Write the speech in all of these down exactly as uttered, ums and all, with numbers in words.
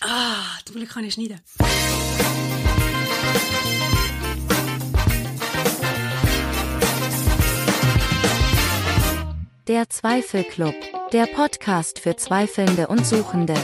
Ah, zum Glück kann ich schneiden. Der Zweifelclub, der Podcast für Zweifelnde und Suchende.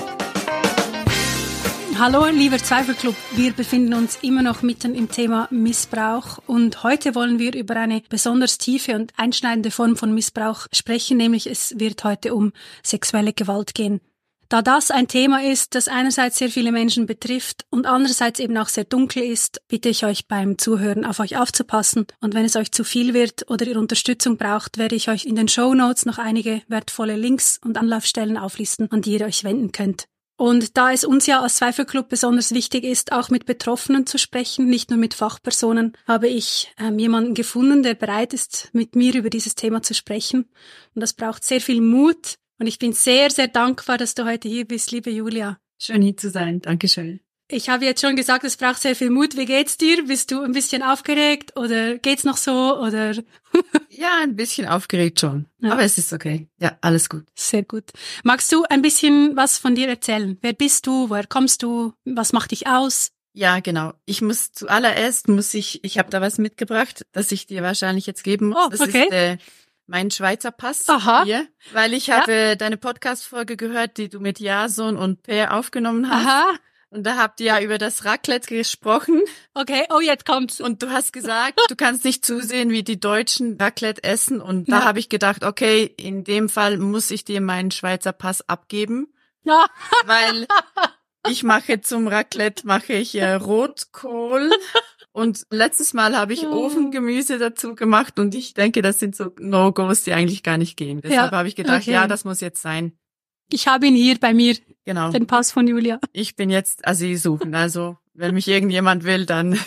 Hallo, lieber Zweifelclub. Wir befinden uns immer noch mitten im Thema Missbrauch und heute wollen wir über eine besonders tiefe und einschneidende Form von Missbrauch sprechen, nämlich es wird heute um sexuelle Gewalt gehen. Da das ein Thema ist, das einerseits sehr viele Menschen betrifft und andererseits eben auch sehr dunkel ist, bitte ich euch beim Zuhören auf euch aufzupassen. Und wenn es euch zu viel wird oder ihr Unterstützung braucht, werde ich euch in den Shownotes noch einige wertvolle Links und Anlaufstellen auflisten, an die ihr euch wenden könnt. Und da es uns ja als Zweifelclub besonders wichtig ist, auch mit Betroffenen zu sprechen, nicht nur mit Fachpersonen, habe ich ähm, jemanden gefunden, der bereit ist, mit mir über dieses Thema zu sprechen. Und das braucht sehr viel Mut. Und ich bin sehr, sehr dankbar, dass du heute hier bist, liebe Julia. Schön hier zu sein. Dankeschön. Ich habe jetzt schon gesagt, es braucht sehr viel Mut. Wie geht's dir? Bist du ein bisschen aufgeregt oder geht's noch so? Oder? Ja, ein bisschen aufgeregt schon. Ja. Aber es ist okay. Ja, alles gut. Sehr gut. Magst du ein bisschen was von dir erzählen? Wer bist du? Woher kommst du? Was macht dich aus? Ja, genau. Ich muss zuallererst, muss ich, ich habe da was mitgebracht, das ich dir wahrscheinlich jetzt geben muss. Oh, das okay. ist äh, mein Schweizer Pass Aha. hier, weil ich Ja. habe deine Podcast-Folge gehört, die du mit Jason und Per aufgenommen hast. Aha. Und da habt ihr ja über das Raclette gesprochen. Okay. Oh, jetzt kommt's. Und du hast gesagt, du kannst nicht zusehen, wie die Deutschen Raclette essen. Und da Ja. habe ich gedacht, okay, in dem Fall muss ich dir meinen Schweizer Pass abgeben, Ja. weil ich mache zum Raclette, mache ich äh, Rotkohl. Und letztes Mal habe ich Oh. Ofengemüse dazu gemacht und ich denke, das sind so No-Gos, die eigentlich gar nicht gehen. Deshalb Ja, habe ich gedacht, okay. ja, das muss jetzt sein. Ich habe ihn hier bei mir, Genau. den Pass von Julia. Ich bin jetzt Assi suchen. Also, wenn mich irgendjemand will, dann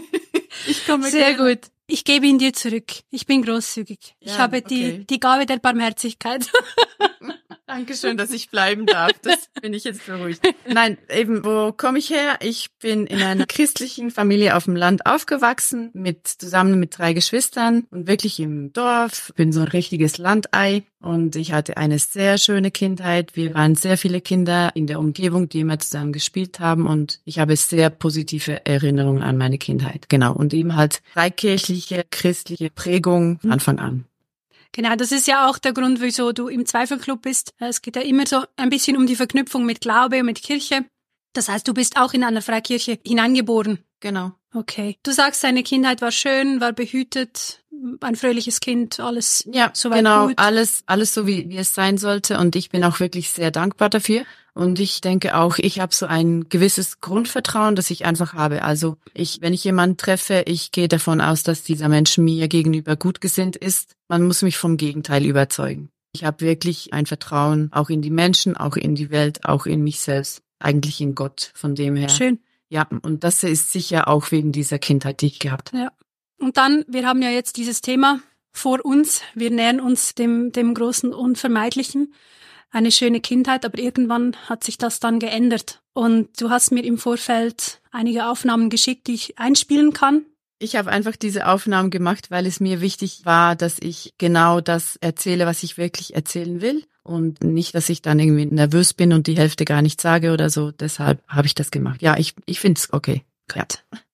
ich komme Sehr gerne. gut. Ich gebe ihn dir zurück. Ich bin großzügig. Ich Ja, habe die, okay. die Gabe der Barmherzigkeit. Dankeschön, dass ich bleiben darf. Das bin ich jetzt beruhigt. Nein, eben, wo komme ich her? Ich bin in einer christlichen Familie auf dem Land aufgewachsen, mit zusammen mit drei Geschwistern und wirklich im Dorf. Bin so ein richtiges Landei und ich hatte eine sehr schöne Kindheit. Wir waren sehr viele Kinder in der Umgebung, die immer zusammen gespielt haben und ich habe sehr positive Erinnerungen an meine Kindheit. Genau, und eben halt freikirchliche, christliche Prägung von Anfang an. Genau, das ist ja auch der Grund, wieso du im Zweifelclub bist. Es geht ja immer so ein bisschen um die Verknüpfung mit Glaube und mit Kirche. Das heißt, du bist auch in einer Freikirche hineingeboren. Genau. Okay. Du sagst, deine Kindheit war schön, war behütet, ein fröhliches Kind, alles Ja, soweit genau, gut. alles, alles so wie, wie es sein sollte und ich bin auch wirklich sehr dankbar dafür und ich denke auch, ich habe so ein gewisses Grundvertrauen, das ich einfach habe. Also ich, wenn ich jemanden treffe, ich gehe davon aus, dass dieser Mensch mir gegenüber gut gesinnt ist. Man muss mich vom Gegenteil überzeugen. Ich habe wirklich ein Vertrauen auch in die Menschen, auch in die Welt, auch in mich selbst, eigentlich in Gott, von dem her. Schön. Ja, und das ist sicher auch wegen dieser Kindheit, die ich gehabt habe. Ja. Und dann, wir haben ja jetzt dieses Thema vor uns. Wir nähern uns dem, dem großen Unvermeidlichen. Eine schöne Kindheit, aber irgendwann hat sich das dann geändert. Und du hast mir im Vorfeld einige Aufnahmen geschickt, die ich einspielen kann. Ich habe einfach diese Aufnahmen gemacht, weil es mir wichtig war, dass ich genau das erzähle, was ich wirklich erzählen will. Und nicht, dass ich dann irgendwie nervös bin und die Hälfte gar nicht sage oder so. Deshalb habe ich das gemacht. Ja, ich, ich finde es okay. Ja.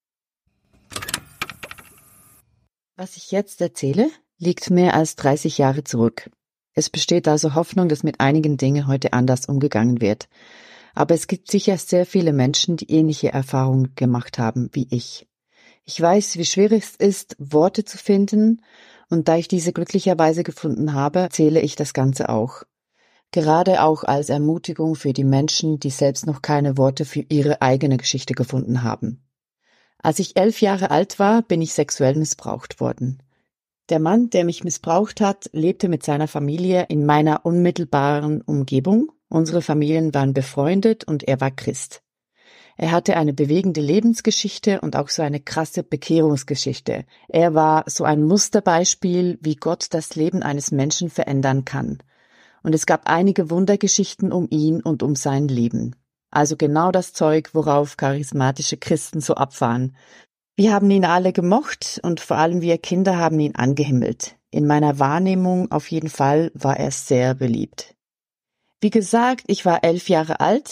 Was ich jetzt erzähle, liegt mehr als dreißig Jahre zurück. Es besteht also Hoffnung, dass mit einigen Dingen heute anders umgegangen wird. Aber es gibt sicher sehr viele Menschen, die ähnliche Erfahrungen gemacht haben wie ich. Ich weiß, wie schwierig es ist, Worte zu finden, und da ich diese glücklicherweise gefunden habe, erzähle ich das Ganze auch. Gerade auch als Ermutigung für die Menschen, die selbst noch keine Worte für ihre eigene Geschichte gefunden haben. Als ich elf Jahre alt war, bin ich sexuell missbraucht worden. Der Mann, der mich missbraucht hat, lebte mit seiner Familie in meiner unmittelbaren Umgebung. Unsere Familien waren befreundet und er war Christ. Er hatte eine bewegende Lebensgeschichte und auch so eine krasse Bekehrungsgeschichte. Er war so ein Musterbeispiel, wie Gott das Leben eines Menschen verändern kann. Und es gab einige Wundergeschichten um ihn und um sein Leben. Also genau das Zeug, worauf charismatische Christen so abfahren. Wir haben ihn alle gemocht und vor allem wir Kinder haben ihn angehimmelt. In meiner Wahrnehmung auf jeden Fall war er sehr beliebt. Wie gesagt, ich war elf Jahre alt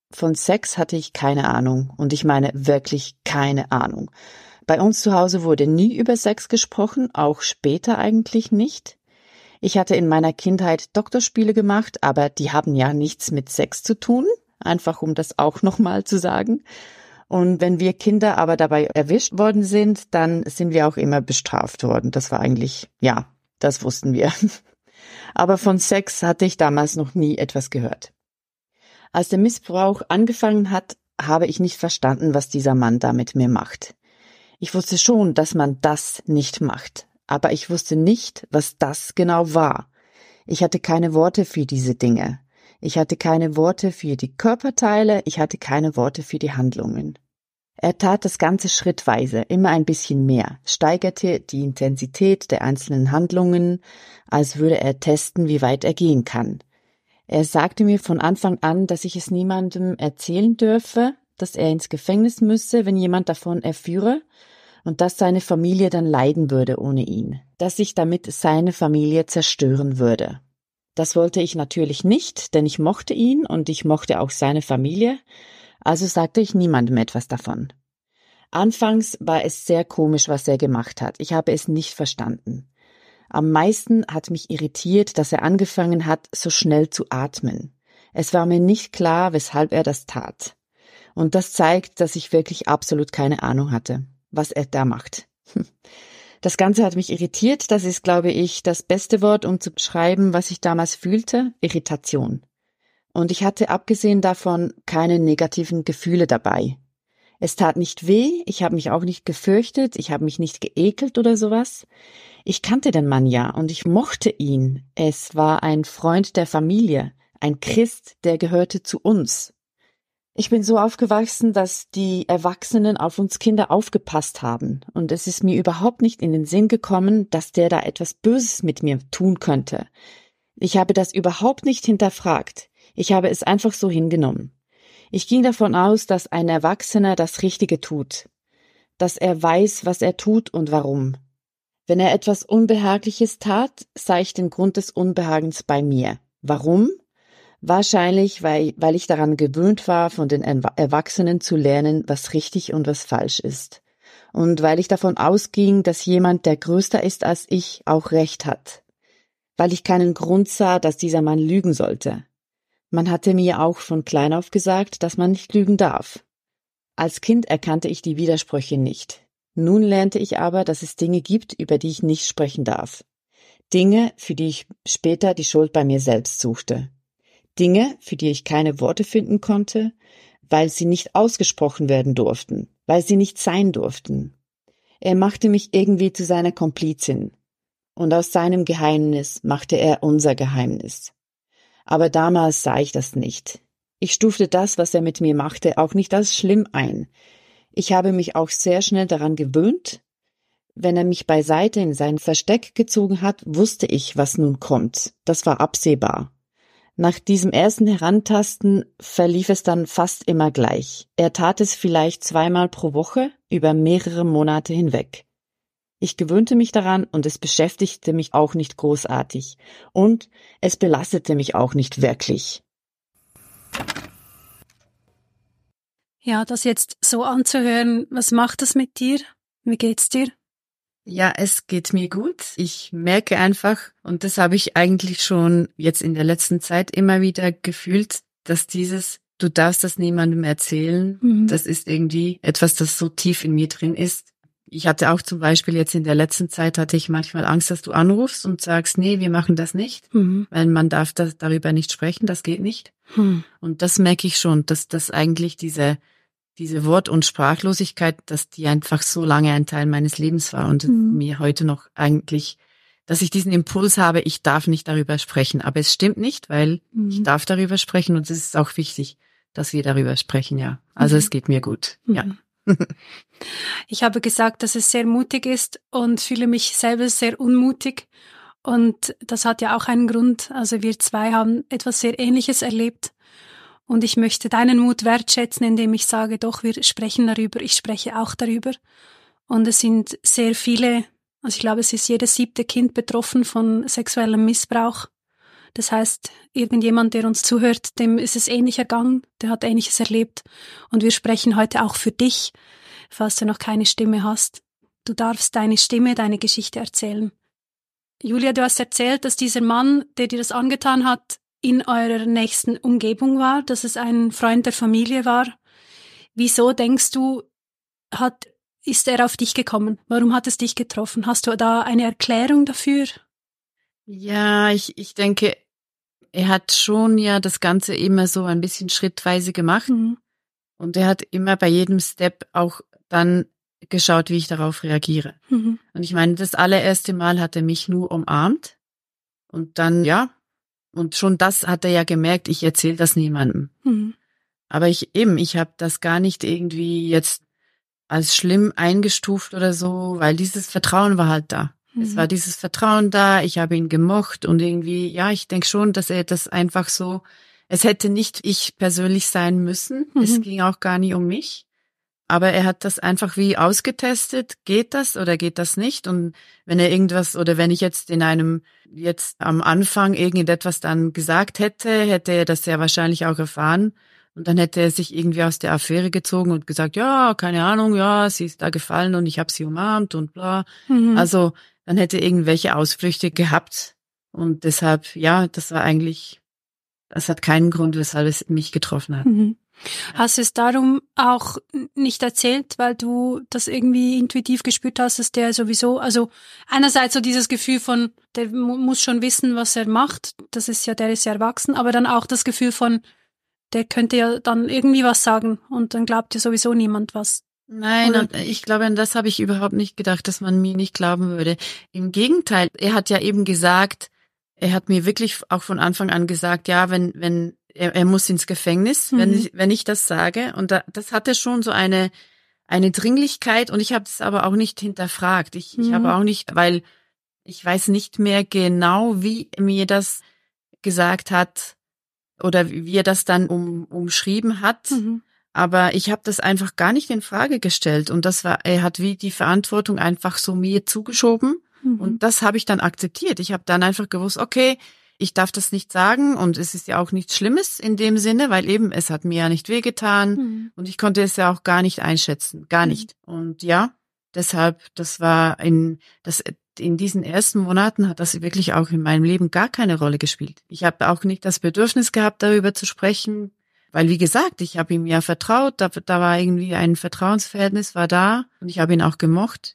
Von Sex hatte ich keine Ahnung und ich meine wirklich keine Ahnung. Bei uns zu Hause wurde nie über Sex gesprochen, auch später eigentlich nicht. Ich hatte in meiner Kindheit Doktorspiele gemacht, aber die haben ja nichts mit Sex zu tun, einfach um das auch nochmal zu sagen. Und wenn wir Kinder aber dabei erwischt worden sind, dann sind wir auch immer bestraft worden. Das war eigentlich, ja, das wussten wir. Aber von Sex hatte ich damals noch nie etwas gehört. Als der Missbrauch angefangen hat, habe ich nicht verstanden, was dieser Mann da mit mir macht. Ich wusste schon, dass man das nicht macht, aber ich wusste nicht, was das genau war. Ich hatte keine Worte für diese Dinge. Ich hatte keine Worte für die Körperteile, ich hatte keine Worte für die Handlungen. Er tat das Ganze schrittweise, immer ein bisschen mehr, steigerte die Intensität der einzelnen Handlungen, als würde er testen, wie weit er gehen kann. Er sagte mir von Anfang an, dass ich es niemandem erzählen dürfe, dass er ins Gefängnis müsse, wenn jemand davon erführe, und dass seine Familie dann leiden würde ohne ihn, dass ich damit seine Familie zerstören würde. Das wollte ich natürlich nicht, denn ich mochte ihn und ich mochte auch seine Familie, also sagte ich niemandem etwas davon. Anfangs war es sehr komisch, was er gemacht hat. Ich habe es nicht verstanden. Am meisten hat mich irritiert, dass er angefangen hat, so schnell zu atmen. Es war mir nicht klar, weshalb er das tat. Und das zeigt, dass ich wirklich absolut keine Ahnung hatte, was er da macht. Das Ganze hat mich irritiert. Das ist, glaube ich, das beste Wort, um zu beschreiben, was ich damals fühlte. Irritation. Und ich hatte abgesehen davon keine negativen Gefühle dabei. Es tat nicht weh, ich habe mich auch nicht gefürchtet, ich habe mich nicht geekelt oder sowas. Ich kannte den Mann ja und ich mochte ihn. Es war ein Freund der Familie, ein Christ, der gehörte zu uns. Ich bin so aufgewachsen, dass die Erwachsenen auf uns Kinder aufgepasst haben und es ist mir überhaupt nicht in den Sinn gekommen, dass der da etwas Böses mit mir tun könnte. Ich habe das überhaupt nicht hinterfragt. Ich habe es einfach so hingenommen. Ich ging davon aus, dass ein Erwachsener das Richtige tut, dass er weiß, was er tut und warum. Wenn er etwas Unbehagliches tat, sah ich den Grund des Unbehagens bei mir. Warum? Wahrscheinlich, weil, weil ich daran gewöhnt war, von den Erwachsenen zu lernen, was richtig und was falsch ist. Und weil ich davon ausging, dass jemand, der größer ist als ich, auch Recht hat. Weil ich keinen Grund sah, dass dieser Mann lügen sollte. Man hatte mir auch von klein auf gesagt, dass man nicht lügen darf. Als Kind erkannte ich die Widersprüche nicht. Nun lernte ich aber, dass es Dinge gibt, über die ich nicht sprechen darf. Dinge, für die ich später die Schuld bei mir selbst suchte. Dinge, für die ich keine Worte finden konnte, weil sie nicht ausgesprochen werden durften, weil sie nicht sein durften. Er machte mich irgendwie zu seiner Komplizin. Und aus seinem Geheimnis machte er unser Geheimnis. Aber damals sah ich das nicht. Ich stufte das, was er mit mir machte, auch nicht als schlimm ein. Ich habe mich auch sehr schnell daran gewöhnt. Wenn er mich beiseite in sein Versteck gezogen hat, wusste ich, was nun kommt. Das war absehbar. Nach diesem ersten Herantasten verlief es dann fast immer gleich. Er tat es vielleicht zweimal pro Woche über mehrere Monate hinweg. Ich gewöhnte mich daran und es beschäftigte mich auch nicht großartig. Und es belastete mich auch nicht wirklich. Ja, das jetzt so anzuhören, was macht das mit dir? Wie geht's dir? Ja, es geht mir gut. Ich merke einfach, und das habe ich eigentlich schon jetzt in der letzten Zeit immer wieder gefühlt, dass dieses, du darfst das niemandem erzählen, mhm. das ist irgendwie etwas, das so tief in mir drin ist. Ich hatte auch zum Beispiel jetzt in der letzten Zeit, hatte ich manchmal Angst, dass du anrufst und sagst, nee, wir machen das nicht, mhm. weil man darf das, darüber nicht sprechen, das geht nicht. Mhm. Und das merke ich schon, dass das eigentlich diese diese Wort- und Sprachlosigkeit, dass die einfach so lange ein Teil meines Lebens war und mhm. mir heute noch eigentlich, dass ich diesen Impuls habe, ich darf nicht darüber sprechen. Aber es stimmt nicht, weil mhm. ich darf darüber sprechen und es ist auch wichtig, dass wir darüber sprechen, ja. Also mhm. es geht mir gut, mhm. ja. Ich habe gesagt, dass es sehr mutig ist und fühle mich selber sehr unmutig. Und das hat ja auch einen Grund. Also wir zwei haben etwas sehr Ähnliches erlebt. Und ich möchte deinen Mut wertschätzen, indem ich sage, doch, wir sprechen darüber, ich spreche auch darüber. Und es sind sehr viele, also ich glaube, es ist jedes siebte Kind betroffen von sexuellem Missbrauch. Das heißt, irgendjemand, der uns zuhört, dem ist es ähnlich ergangen, der hat Ähnliches erlebt. Und wir sprechen heute auch für dich, falls du noch keine Stimme hast. Du darfst deine Stimme, deine Geschichte erzählen. Julia, du hast erzählt, dass dieser Mann, der dir das angetan hat, in eurer nächsten Umgebung war, dass es ein Freund der Familie war. Wieso denkst du, hat, ist er auf dich gekommen? Warum hat es dich getroffen? Hast du da eine Erklärung dafür? Ja, ich, ich denke, er hat schon ja das Ganze immer so ein bisschen schrittweise gemacht. Mhm. Und er hat immer bei jedem Step auch dann geschaut, wie ich darauf reagiere. Mhm. Und ich meine, das allererste Mal hat er mich nur umarmt. Und dann, ja, und schon das hat er ja gemerkt, ich erzähle das niemandem. Mhm. Aber ich eben, ich habe das gar nicht irgendwie jetzt als schlimm eingestuft oder so, weil dieses Vertrauen war halt da. Mhm. Es war dieses Vertrauen da, ich habe ihn gemocht und irgendwie, ja, ich denke schon, dass er das einfach so, es hätte nicht ich persönlich sein müssen, mhm. Es ging auch gar nicht um mich, aber er hat das einfach wie ausgetestet, geht das oder geht das nicht? Und wenn er irgendwas oder wenn ich jetzt in einem, jetzt am Anfang irgendetwas dann gesagt hätte, hätte er das ja wahrscheinlich auch erfahren. Und dann hätte er sich irgendwie aus der Affäre gezogen und gesagt, ja, keine Ahnung, ja, sie ist da gefallen und ich habe sie umarmt und bla. Mhm. Also dann hätte er irgendwelche Ausflüchte gehabt. Und deshalb, ja, das war eigentlich, das hat keinen Grund, weshalb es mich getroffen hat. Mhm. Hast du es darum auch nicht erzählt, weil du das irgendwie intuitiv gespürt hast, dass der sowieso, also einerseits so dieses Gefühl von, der muss schon wissen, was er macht, das ist ja, der ist ja erwachsen, aber dann auch das Gefühl von, der könnte ja dann irgendwie was sagen und dann glaubt ja sowieso niemand was. Nein, und ich glaube, an das habe ich überhaupt nicht gedacht, dass man mir nicht glauben würde. Im Gegenteil, er hat ja eben gesagt, er hat mir wirklich auch von Anfang an gesagt, ja, wenn, wenn, er, er muss ins Gefängnis, mhm. wenn ich, wenn ich das sage. Und da, das hatte schon so eine, eine Dringlichkeit und ich habe das aber auch nicht hinterfragt. Ich, mhm. ich habe auch nicht, weil ich weiß nicht mehr genau, wie er mir das gesagt hat, oder wie er das dann um, umschrieben hat. Mhm. Aber ich habe das einfach gar nicht in Frage gestellt. Und das war, er hat wie die Verantwortung einfach so mir zugeschoben. Mhm. Und das habe ich dann akzeptiert. Ich habe dann einfach gewusst, okay, ich darf das nicht sagen. Und es ist ja auch nichts Schlimmes in dem Sinne, weil eben es hat mir ja nicht wehgetan. Mhm. Und ich konnte es ja auch gar nicht einschätzen. Gar mhm. nicht. Und ja, deshalb, das war in, das, in diesen ersten Monaten hat das wirklich auch in meinem Leben gar keine Rolle gespielt. Ich habe auch nicht das Bedürfnis gehabt, darüber zu sprechen, weil wie gesagt, ich habe ihm ja vertraut, da, da war irgendwie ein Vertrauensverhältnis, war da und ich habe ihn auch gemocht.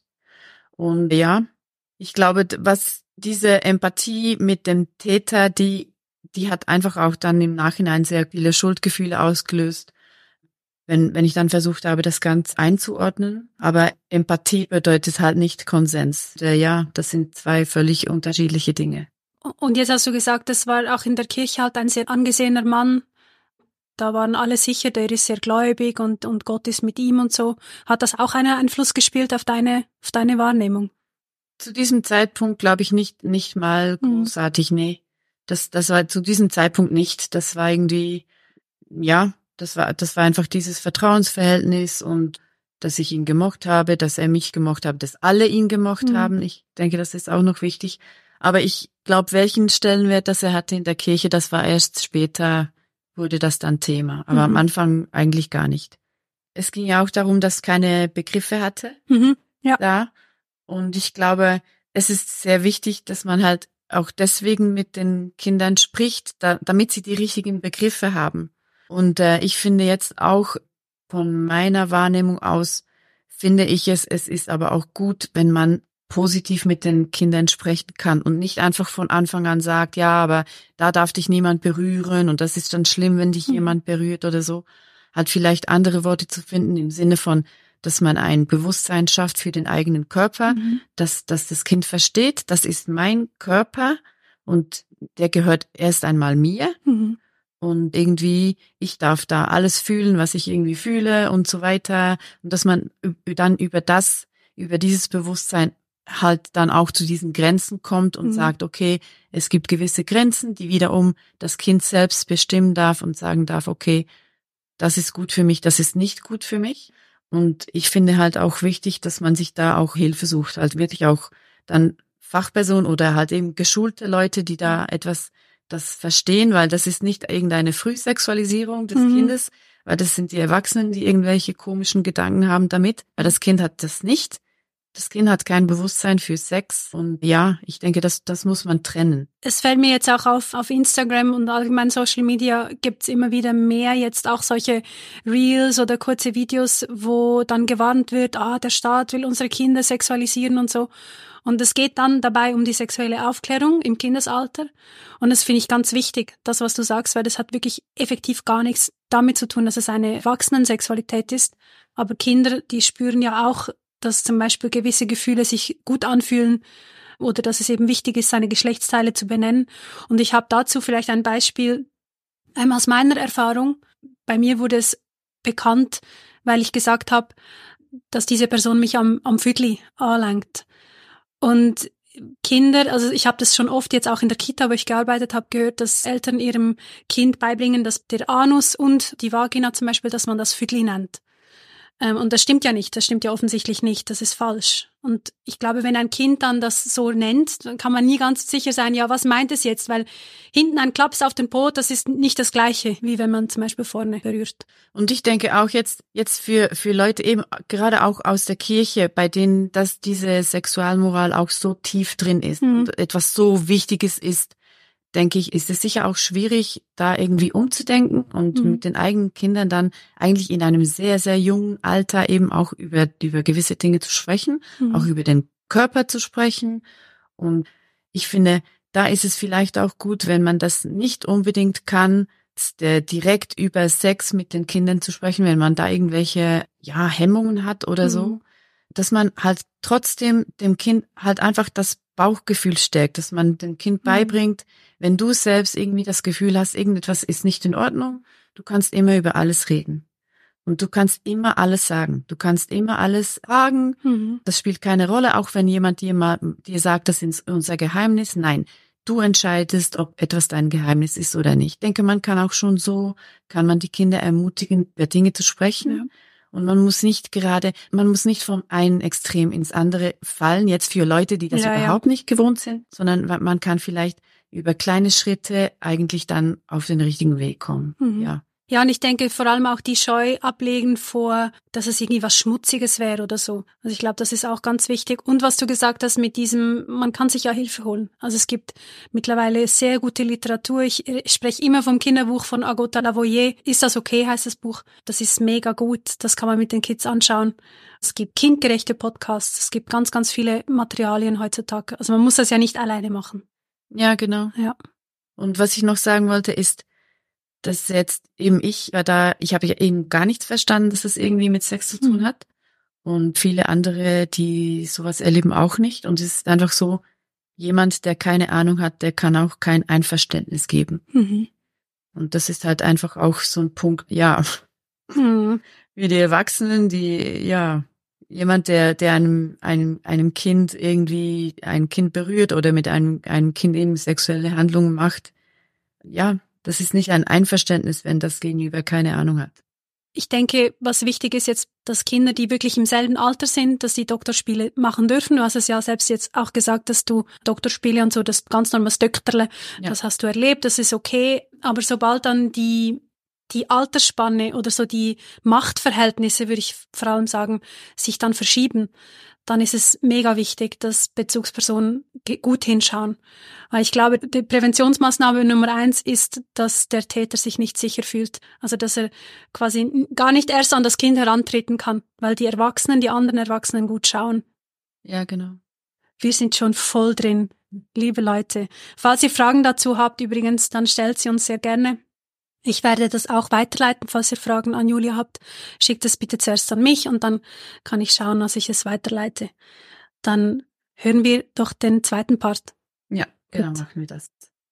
Und ja, ich glaube, was diese Empathie mit dem Täter, die, die hat einfach auch dann im Nachhinein sehr viele Schuldgefühle ausgelöst. Wenn, wenn ich dann versucht habe, das Ganze einzuordnen. Aber Empathie bedeutet halt nicht Konsens. Ja, das sind zwei völlig unterschiedliche Dinge. Und jetzt hast du gesagt, das war auch in der Kirche halt ein sehr angesehener Mann. Da waren alle sicher, der ist sehr gläubig und, und Gott ist mit ihm und so. Hat das auch einen Einfluss gespielt auf deine, auf deine Wahrnehmung? Zu diesem Zeitpunkt glaube ich nicht, nicht mal großartig, mhm. nee. Das, das war zu diesem Zeitpunkt nicht. Das war irgendwie, ja, Das war, das war einfach dieses Vertrauensverhältnis und dass ich ihn gemocht habe, dass er mich gemocht hat, dass alle ihn gemocht mhm. haben. Ich denke, das ist auch noch wichtig. Aber ich glaube, welchen Stellenwert das er hatte in der Kirche, das war erst später, wurde das dann Thema. Aber mhm. am Anfang eigentlich gar nicht. Es ging ja auch darum, dass keine Begriffe hatte. Mhm. Ja. Da. Und ich glaube, es ist sehr wichtig, dass man halt auch deswegen mit den Kindern spricht, da, damit sie die richtigen Begriffe haben. Und äh, ich finde jetzt auch von meiner Wahrnehmung aus, finde ich es, es ist aber auch gut, wenn man positiv mit den Kindern sprechen kann und nicht einfach von Anfang an sagt, ja, aber da darf dich niemand berühren und das ist dann schlimm, wenn dich mhm. jemand berührt oder so. Hat vielleicht andere Worte zu finden im Sinne von, dass man ein Bewusstsein schafft für den eigenen Körper, mhm. dass, dass das Kind versteht, das ist mein Körper und der gehört erst einmal mir. Mhm. Und irgendwie, ich darf da alles fühlen, was ich irgendwie fühle und so weiter. Und dass man dann über das, über dieses Bewusstsein halt dann auch zu diesen Grenzen kommt und mhm. sagt, okay, es gibt gewisse Grenzen, die wiederum das Kind selbst bestimmen darf und sagen darf, okay, das ist gut für mich, das ist nicht gut für mich. Und ich finde halt auch wichtig, dass man sich da auch Hilfe sucht, halt wirklich auch dann Fachpersonen oder halt eben geschulte Leute, die da etwas das verstehen, weil das ist nicht irgendeine Frühsexualisierung des Mhm. Kindes, weil das sind die Erwachsenen, die irgendwelche komischen Gedanken haben damit, weil das Kind hat das nicht. Das Kind hat kein Bewusstsein für Sex und ja, ich denke, das, das muss man trennen. Es fällt mir jetzt auch auf, auf Instagram und allgemein Social Media gibt's immer wieder mehr jetzt auch solche Reels oder kurze Videos, wo dann gewarnt wird, ah, der Staat will unsere Kinder sexualisieren und so. Und es geht dann dabei um die sexuelle Aufklärung im Kindesalter. Und das finde ich ganz wichtig, das, was du sagst, weil das hat wirklich effektiv gar nichts damit zu tun, dass es eine Erwachsenensexualität ist. Aber Kinder, die spüren ja auch, dass zum Beispiel gewisse Gefühle sich gut anfühlen oder dass es eben wichtig ist, seine Geschlechtsteile zu benennen. Und ich habe dazu vielleicht ein Beispiel ähm, aus meiner Erfahrung. Bei mir wurde es bekannt, weil ich gesagt habe, dass diese Person mich am, am Füdli anlangt. Und Kinder, also ich habe das schon oft jetzt auch in der Kita, wo ich gearbeitet habe, gehört, dass Eltern ihrem Kind beibringen, dass der Anus und die Vagina zum Beispiel, dass man das Füdli nennt. Ähm, und das stimmt ja nicht, das stimmt ja offensichtlich nicht, das ist falsch. Und ich glaube, wenn ein Kind dann das so nennt, dann kann man nie ganz sicher sein, ja, was meint es jetzt? Weil hinten ein Klaps auf den Po, das ist nicht das Gleiche, wie wenn man zum Beispiel vorne berührt. Und ich denke auch jetzt, jetzt für, für Leute eben, gerade auch aus der Kirche, bei denen, dass diese Sexualmoral auch so tief drin ist Mhm. und etwas so Wichtiges ist, denke ich, ist es sicher auch schwierig, da irgendwie umzudenken und Mhm. mit den eigenen Kindern dann eigentlich in einem sehr, sehr jungen Alter eben auch über, über gewisse Dinge zu sprechen, Mhm. auch über den Körper zu sprechen. Und ich finde, da ist es vielleicht auch gut, wenn man das nicht unbedingt kann, der direkt über Sex mit den Kindern zu sprechen, wenn man da irgendwelche, ja, Hemmungen hat oder Mhm. so, dass man halt trotzdem dem Kind halt einfach das Bauchgefühl stärkt, dass man dem Kind Mhm. beibringt, wenn du selbst irgendwie das Gefühl hast, irgendetwas ist nicht in Ordnung, du kannst immer über alles reden. Und du kannst immer alles sagen. Du kannst immer alles fragen. Mhm. Das spielt keine Rolle, auch wenn jemand dir mal, dir sagt, das ist unser Geheimnis. Nein, du entscheidest, ob etwas dein Geheimnis ist oder nicht. Ich denke, man kann auch schon so, kann man die Kinder ermutigen, über Dinge zu sprechen. Ja. Und man muss nicht gerade, man muss nicht vom einen Extrem ins andere fallen, jetzt für Leute, die das Ja, ja. überhaupt nicht gewohnt sind, sondern man kann vielleicht über kleine Schritte eigentlich dann auf den richtigen Weg kommen. Mhm. Ja. Ja, und ich denke vor allem auch die Scheu ablegen vor, dass es irgendwie was Schmutziges wäre oder so. Also ich glaube, das ist auch ganz wichtig. Und was du gesagt hast mit diesem, man kann sich ja Hilfe holen. Also es gibt mittlerweile sehr gute Literatur. Ich, ich spreche immer vom Kinderbuch von Agota Lavoyer. Ist das okay, heißt das Buch. Das ist mega gut. Das kann man mit den Kids anschauen. Es gibt kindgerechte Podcasts. Es gibt ganz, ganz viele Materialien heutzutage. Also man muss das ja nicht alleine machen. Ja, genau. Ja. Und was ich noch sagen wollte ist, dass jetzt eben ich war da, ich habe ja eben gar nichts verstanden, dass es irgendwie mit Sex zu tun Mhm. hat. Und viele andere, die sowas erleben, auch nicht. Und es ist einfach so, jemand, der keine Ahnung hat, der kann auch kein Einverständnis geben. Mhm. Und das ist halt einfach auch so ein Punkt, ja, Mhm. wie die Erwachsenen, die, ja, jemand, der, der einem, einem, einem Kind irgendwie ein Kind berührt oder mit einem, einem Kind eben sexuelle Handlungen macht, ja, das ist nicht ein Einverständnis, wenn das Gegenüber keine Ahnung hat. Ich denke, was wichtig ist jetzt, dass Kinder, die wirklich im selben Alter sind, dass die Doktorspiele machen dürfen. Du hast es ja selbst jetzt auch gesagt, dass du Doktorspiele und so, das ganz normales Dökterle, Ja. das hast du erlebt, das ist okay. Aber sobald dann die, die Altersspanne oder so die Machtverhältnisse, würde ich vor allem sagen, sich dann verschieben, dann ist es mega wichtig, dass Bezugspersonen ge- gut hinschauen. Weil ich glaube, die Präventionsmaßnahme Nummer eins ist, dass der Täter sich nicht sicher fühlt. Also, dass er quasi n- gar nicht erst an das Kind herantreten kann, weil die Erwachsenen, die anderen Erwachsenen gut schauen. Ja, genau. Wir sind schon voll drin, liebe Leute. Falls ihr Fragen dazu habt übrigens, dann stellt sie uns sehr gerne. Ich werde das auch weiterleiten, falls ihr Fragen an Julia habt. Schickt es bitte zuerst an mich und dann kann ich schauen, dass ich es weiterleite. Dann hören wir doch den zweiten Part. Ja, genau, Gut. machen wir das.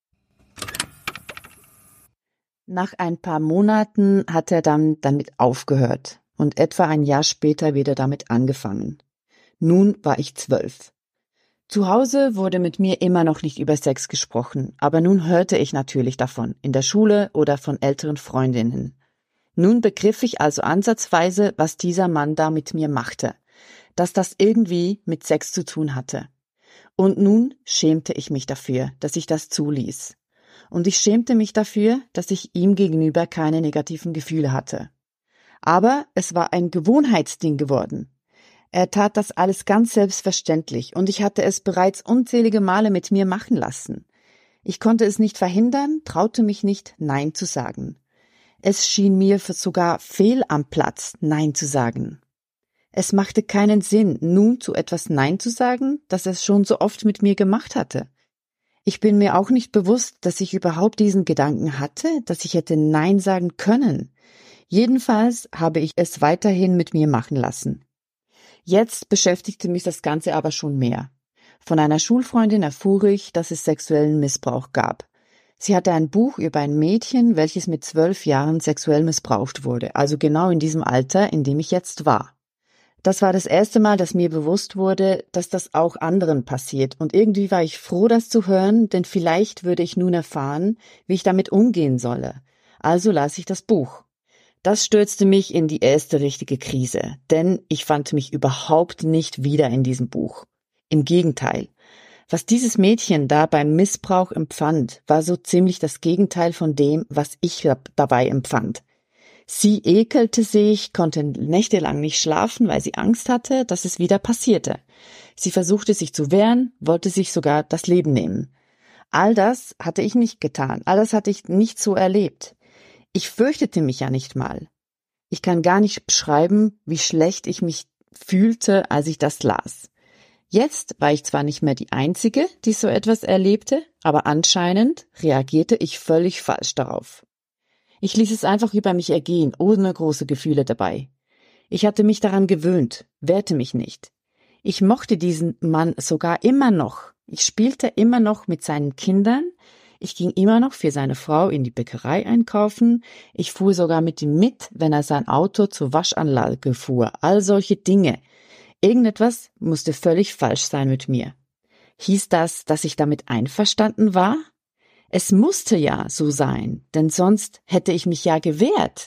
Nach ein paar Monaten hat er dann damit aufgehört und etwa ein Jahr später wieder damit angefangen. Nun war ich zwölf. Zu Hause wurde mit mir immer noch nicht über Sex gesprochen, aber nun hörte ich natürlich davon, in der Schule oder von älteren Freundinnen. Nun begriff ich also ansatzweise, was dieser Mann da mit mir machte, dass das irgendwie mit Sex zu tun hatte. Und nun schämte ich mich dafür, dass ich das zuließ. und ich schämte mich dafür, dass ich ihm gegenüber keine negativen Gefühle hatte. Aber es war ein Gewohnheitsding geworden. Er tat das alles ganz selbstverständlich und ich hatte es bereits unzählige Male mit mir machen lassen. Ich konnte es nicht verhindern, traute mich nicht, Nein zu sagen. Es schien mir sogar fehl am Platz, Nein zu sagen. Es machte keinen Sinn, nun zu etwas Nein zu sagen, das es schon so oft mit mir gemacht hatte. Ich bin mir auch nicht bewusst, dass ich überhaupt diesen Gedanken hatte, dass ich hätte Nein sagen können. Jedenfalls habe ich es weiterhin mit mir machen lassen. Jetzt beschäftigte mich das Ganze aber schon mehr. Von einer Schulfreundin erfuhr ich, dass es sexuellen Missbrauch gab. Sie hatte ein Buch über ein Mädchen, welches mit zwölf Jahren sexuell missbraucht wurde, also genau in diesem Alter, in dem ich jetzt war. Das war das erste Mal, dass mir bewusst wurde, dass das auch anderen passiert, und irgendwie war ich froh, das zu hören, denn vielleicht würde ich nun erfahren, wie ich damit umgehen solle. Also las ich das Buch. Das stürzte mich in die erste richtige Krise, denn ich fand mich überhaupt nicht wieder in diesem Buch. Im Gegenteil. Was dieses Mädchen da beim Missbrauch empfand, war so ziemlich das Gegenteil von dem, was ich dabei empfand. Sie ekelte sich, konnte nächtelang nicht schlafen, weil sie Angst hatte, dass es wieder passierte. Sie versuchte sich zu wehren, wollte sich sogar das Leben nehmen. All das hatte ich nicht getan, all das hatte ich nicht so erlebt. Ich fürchtete mich ja nicht mal. Ich kann gar nicht beschreiben, wie schlecht ich mich fühlte, als ich das las. Jetzt war ich zwar nicht mehr die Einzige, die so etwas erlebte, aber anscheinend reagierte ich völlig falsch darauf. Ich ließ es einfach über mich ergehen, ohne große Gefühle dabei. Ich hatte mich daran gewöhnt, wehrte mich nicht. Ich mochte diesen Mann sogar immer noch. Ich spielte immer noch mit seinen Kindern. Ich ging immer noch für seine Frau in die Bäckerei einkaufen. Ich fuhr sogar mit ihm mit, wenn er sein Auto zur Waschanlage fuhr. All solche Dinge. Irgendetwas musste völlig falsch sein mit mir. Hieß das, dass ich damit einverstanden war? Es musste ja so sein, denn sonst hätte ich mich ja gewehrt.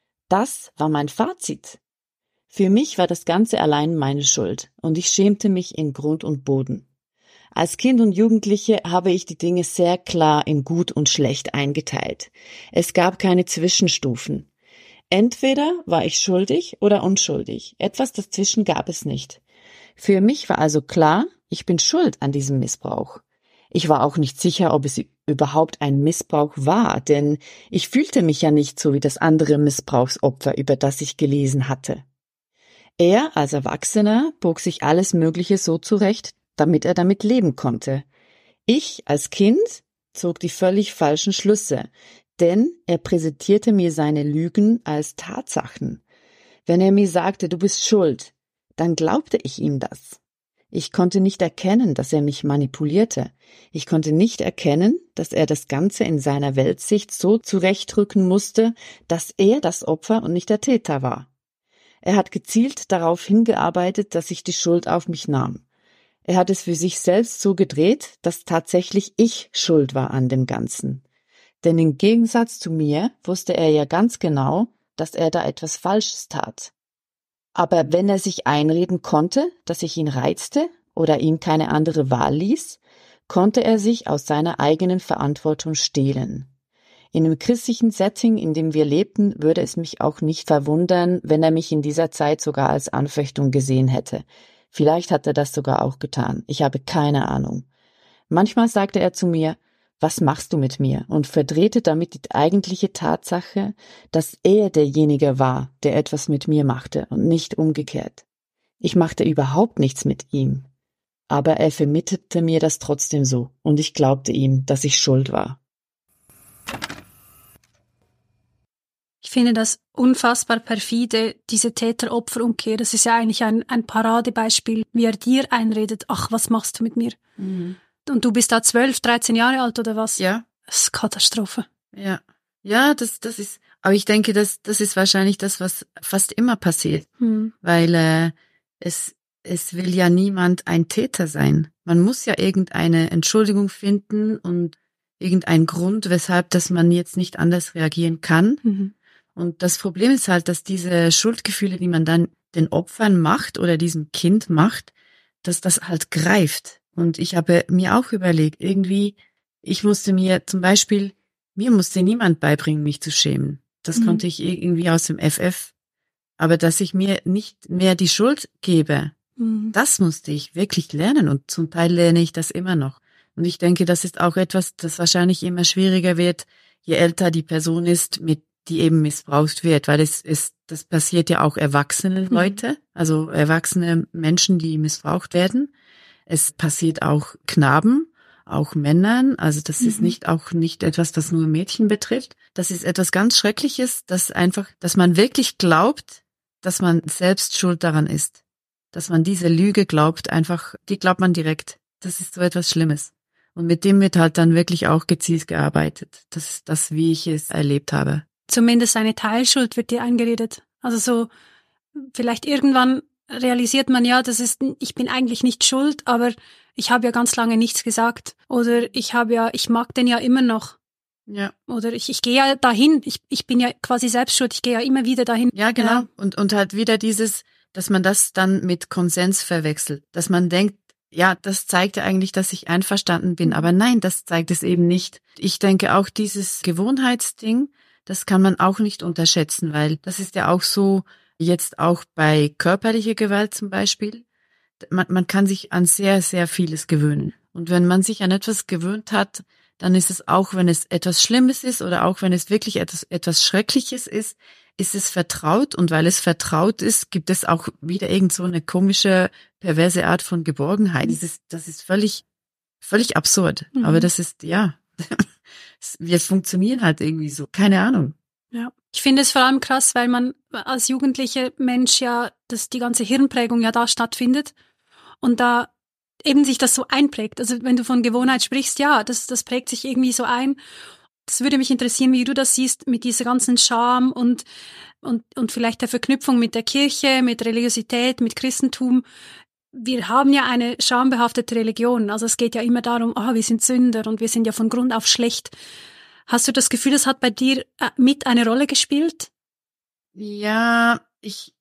Das war mein Fazit. Für mich war das Ganze allein meine Schuld und ich schämte mich in Grund und Boden. Als Kind und Jugendliche habe ich die Dinge sehr klar in gut und schlecht eingeteilt. Es gab keine Zwischenstufen. Entweder war ich schuldig oder unschuldig. Etwas dazwischen gab es nicht. Für mich war also klar, ich bin schuld an diesem Missbrauch. Ich war auch nicht sicher, ob es überhaupt ein Missbrauch war, denn ich fühlte mich ja nicht so wie das andere Missbrauchsopfer, über das ich gelesen hatte. Er als Erwachsener bog sich alles Mögliche so zurecht, damit er damit leben konnte. Ich als Kind zog die völlig falschen Schlüsse, denn er präsentierte mir seine Lügen als Tatsachen. Wenn er mir sagte, du bist schuld, dann glaubte ich ihm das. Ich konnte nicht erkennen, dass er mich manipulierte. Ich konnte nicht erkennen, dass er das Ganze in seiner Weltsicht so zurechtrücken musste, dass er das Opfer und nicht der Täter war. Er hat gezielt darauf hingearbeitet, dass ich die Schuld auf mich nahm. Er hat es für sich selbst so gedreht, dass tatsächlich ich schuld war an dem Ganzen. Denn im Gegensatz zu mir wusste er ja ganz genau, dass er da etwas Falsches tat. Aber wenn er sich einreden konnte, dass ich ihn reizte oder ihm keine andere Wahl ließ, konnte er sich aus seiner eigenen Verantwortung stehlen. In dem christlichen Setting, in dem wir lebten, würde es mich auch nicht verwundern, wenn er mich in dieser Zeit sogar als Anfechtung gesehen hätte. Vielleicht hat er das sogar auch getan. Ich habe keine Ahnung. Manchmal sagte er zu mir, was machst du mit mir? Und verdrehte damit die eigentliche Tatsache, dass er derjenige war, der etwas mit mir machte und nicht umgekehrt. Ich machte überhaupt nichts mit ihm. Aber er vermittelte mir das trotzdem so und ich glaubte ihm, dass ich schuld war. Ich finde das unfassbar perfide, diese Täter-Opfer-Umkehr. Das ist ja eigentlich ein, ein Paradebeispiel, wie er dir einredet, ach, was machst du mit mir? Mhm. Und du bist da zwölf, dreizehn Jahre alt oder was? Ja. Das ist Katastrophe. Ja. Ja, das, das ist, aber ich denke, das, das ist wahrscheinlich das, was fast immer passiert. Mhm. Weil, äh, es, es will ja niemand ein Täter sein. Man muss ja irgendeine Entschuldigung finden und irgendeinen Grund, weshalb, dass man jetzt nicht anders reagieren kann. Mhm. Und das Problem ist halt, dass diese Schuldgefühle, die man dann den Opfern macht oder diesem Kind macht, dass das halt greift. Und ich habe mir auch überlegt, irgendwie Ich musste mir zum Beispiel, mir musste niemand beibringen, mich zu schämen. Das mhm. konnte ich irgendwie aus dem F F. Aber dass ich mir nicht mehr die Schuld gebe, mhm. das musste ich wirklich lernen und zum Teil lerne ich das immer noch. Und ich denke, das ist auch etwas, das wahrscheinlich immer schwieriger wird, je älter die Person ist, mit die eben missbraucht wird, weil es ist, das passiert ja auch erwachsenen mhm. Leute, also erwachsene Menschen, die missbraucht werden. Es passiert auch Knaben, auch Männern, also das mhm. ist nicht auch nicht etwas, das nur Mädchen betrifft. Das ist etwas ganz Schreckliches, dass einfach, dass man wirklich glaubt, dass man selbst schuld daran ist. Dass man diese Lüge glaubt, einfach, die glaubt man direkt. Das ist so etwas Schlimmes. Und mit dem wird halt dann wirklich auch gezielt gearbeitet. Das ist das, wie ich es erlebt habe. Zumindest eine Teilschuld wird dir eingeredet. Also so, vielleicht irgendwann realisiert man ja, das ist, ich bin eigentlich nicht schuld, aber ich habe ja ganz lange nichts gesagt. Oder ich habe ja, ich mag den ja immer noch. Ja. Oder ich, ich gehe ja dahin. Ich, ich bin ja quasi selbst schuld. Ich gehe ja immer wieder dahin. Ja, genau. Ja. Und, und halt wieder dieses, dass man das dann mit Konsens verwechselt. Dass man denkt, ja, das zeigt ja eigentlich, dass ich einverstanden bin. Aber nein, das zeigt es eben nicht. Ich denke auch dieses Gewohnheitsding, das kann man auch nicht unterschätzen, weil das ist ja auch so, jetzt auch bei körperlicher Gewalt zum Beispiel. Man, man kann sich an sehr, sehr vieles gewöhnen. Und wenn man sich an etwas gewöhnt hat, dann ist es auch, wenn es etwas Schlimmes ist oder auch wenn es wirklich etwas, etwas Schreckliches ist, ist es vertraut. Und weil es vertraut ist, gibt es auch wieder irgend so eine komische, perverse Art von Geborgenheit. Das ist, das ist völlig, völlig absurd. Mhm. Aber das ist, ja, wir funktionieren halt irgendwie so. Keine Ahnung. Ja. Ich finde es vor allem krass, weil man als jugendlicher Mensch ja, dass die ganze Hirnprägung ja da stattfindet und da eben sich das so einprägt. Also wenn du von Gewohnheit sprichst, ja, das, das prägt sich irgendwie so ein. Das würde mich interessieren, wie du das siehst mit dieser ganzen Scham und, und, und vielleicht der Verknüpfung mit der Kirche, mit Religiosität, mit Christentum. Wir haben ja eine schambehaftete Religion. Also es geht ja immer darum, ah, wir sind Sünder und wir sind ja von Grund auf schlecht. Hast du das Gefühl, das hat bei dir mit eine Rolle gespielt? Ja, ich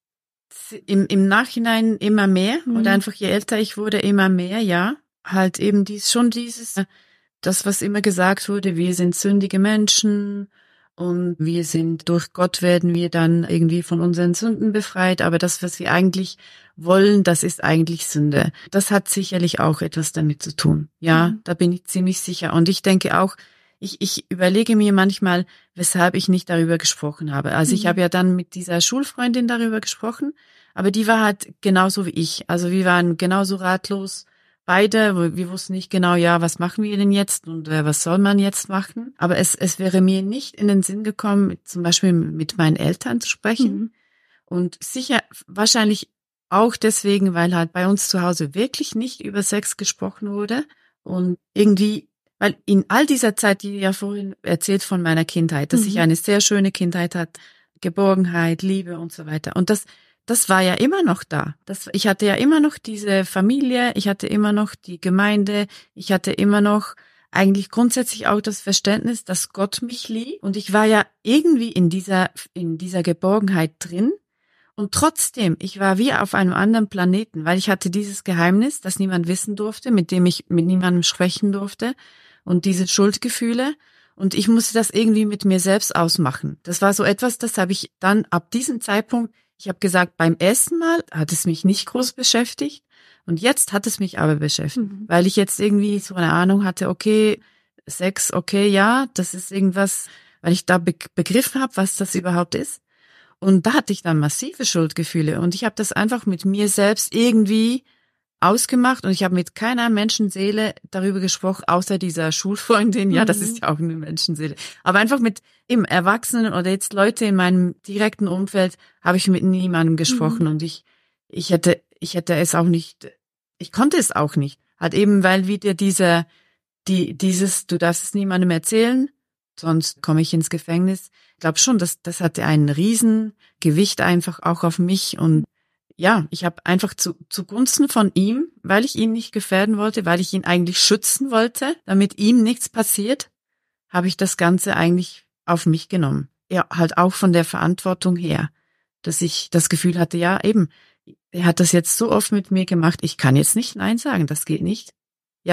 im, im Nachhinein immer mehr mhm. oder einfach je älter ich wurde, immer mehr, ja. Halt eben dies schon dieses, das, was immer gesagt wurde, wir sind sündige Menschen und wir sind, durch Gott werden wir dann irgendwie von unseren Sünden befreit, aber das, was wir eigentlich wollen, das ist eigentlich Sünde. Das hat sicherlich auch etwas damit zu tun. Ja, mhm. da bin ich ziemlich sicher. Und ich denke auch, Ich, ich überlege mir manchmal, weshalb ich nicht darüber gesprochen habe. Also mhm. ich habe ja dann mit dieser Schulfreundin darüber gesprochen, aber die war halt genauso wie ich. Also wir waren genauso ratlos, beide. Wir wussten nicht genau, ja, was machen wir denn jetzt und äh, was soll man jetzt machen. Aber es, es wäre mir nicht in den Sinn gekommen, zum Beispiel mit meinen Eltern zu sprechen. Mhm. Und sicher, wahrscheinlich auch deswegen, weil halt bei uns zu Hause wirklich nicht über Sex gesprochen wurde und irgendwie. Weil in all dieser Zeit, die ja vorhin erzählt von meiner Kindheit, dass mhm. ich eine sehr schöne Kindheit hatte, Geborgenheit, Liebe und so weiter. Und das, das war ja immer noch da. Das, ich hatte ja immer noch diese Familie, ich hatte immer noch die Gemeinde, ich hatte immer noch eigentlich grundsätzlich auch das Verständnis, dass Gott mich liebt. Und ich war ja irgendwie in dieser, in dieser Geborgenheit drin. Und trotzdem, ich war wie auf einem anderen Planeten, weil ich hatte dieses Geheimnis, das niemand wissen durfte, mit dem ich mit niemandem sprechen durfte. Und diese Schuldgefühle. Und ich musste das irgendwie mit mir selbst ausmachen. Das war so etwas, das habe ich dann ab diesem Zeitpunkt, ich habe gesagt, beim ersten Mal hat es mich nicht groß beschäftigt. Und jetzt hat es mich aber beschäftigt. Mhm. Weil ich jetzt irgendwie so eine Ahnung hatte, okay, Sex, okay, ja, das ist irgendwas, weil ich da be- begriffen habe, was das überhaupt ist. Und da hatte ich dann massive Schuldgefühle. Und ich habe das einfach mit mir selbst irgendwie ausgemacht und ich habe mit keiner Menschenseele darüber gesprochen, außer dieser Schulfreundin. Ja, das ist ja auch eine Menschenseele. Aber einfach mit im Erwachsenen oder jetzt Leute in meinem direkten Umfeld habe ich mit niemandem gesprochen. Mhm. Und ich, ich hätte, ich hätte es auch nicht, ich konnte es auch nicht. Halt eben, weil wieder dieser, die, dieses, du darfst es niemandem erzählen, sonst komme ich ins Gefängnis. Ich glaube schon, das, das hatte einen riesen Gewicht einfach auch auf mich und ja, ich habe einfach zu zugunsten von ihm, weil ich ihn nicht gefährden wollte, weil ich ihn eigentlich schützen wollte, damit ihm nichts passiert, habe ich das Ganze eigentlich auf mich genommen. Ja, halt auch von der Verantwortung her, dass ich das Gefühl hatte, ja eben, er hat das jetzt so oft mit mir gemacht, ich kann jetzt nicht Nein sagen, das geht nicht. Ja,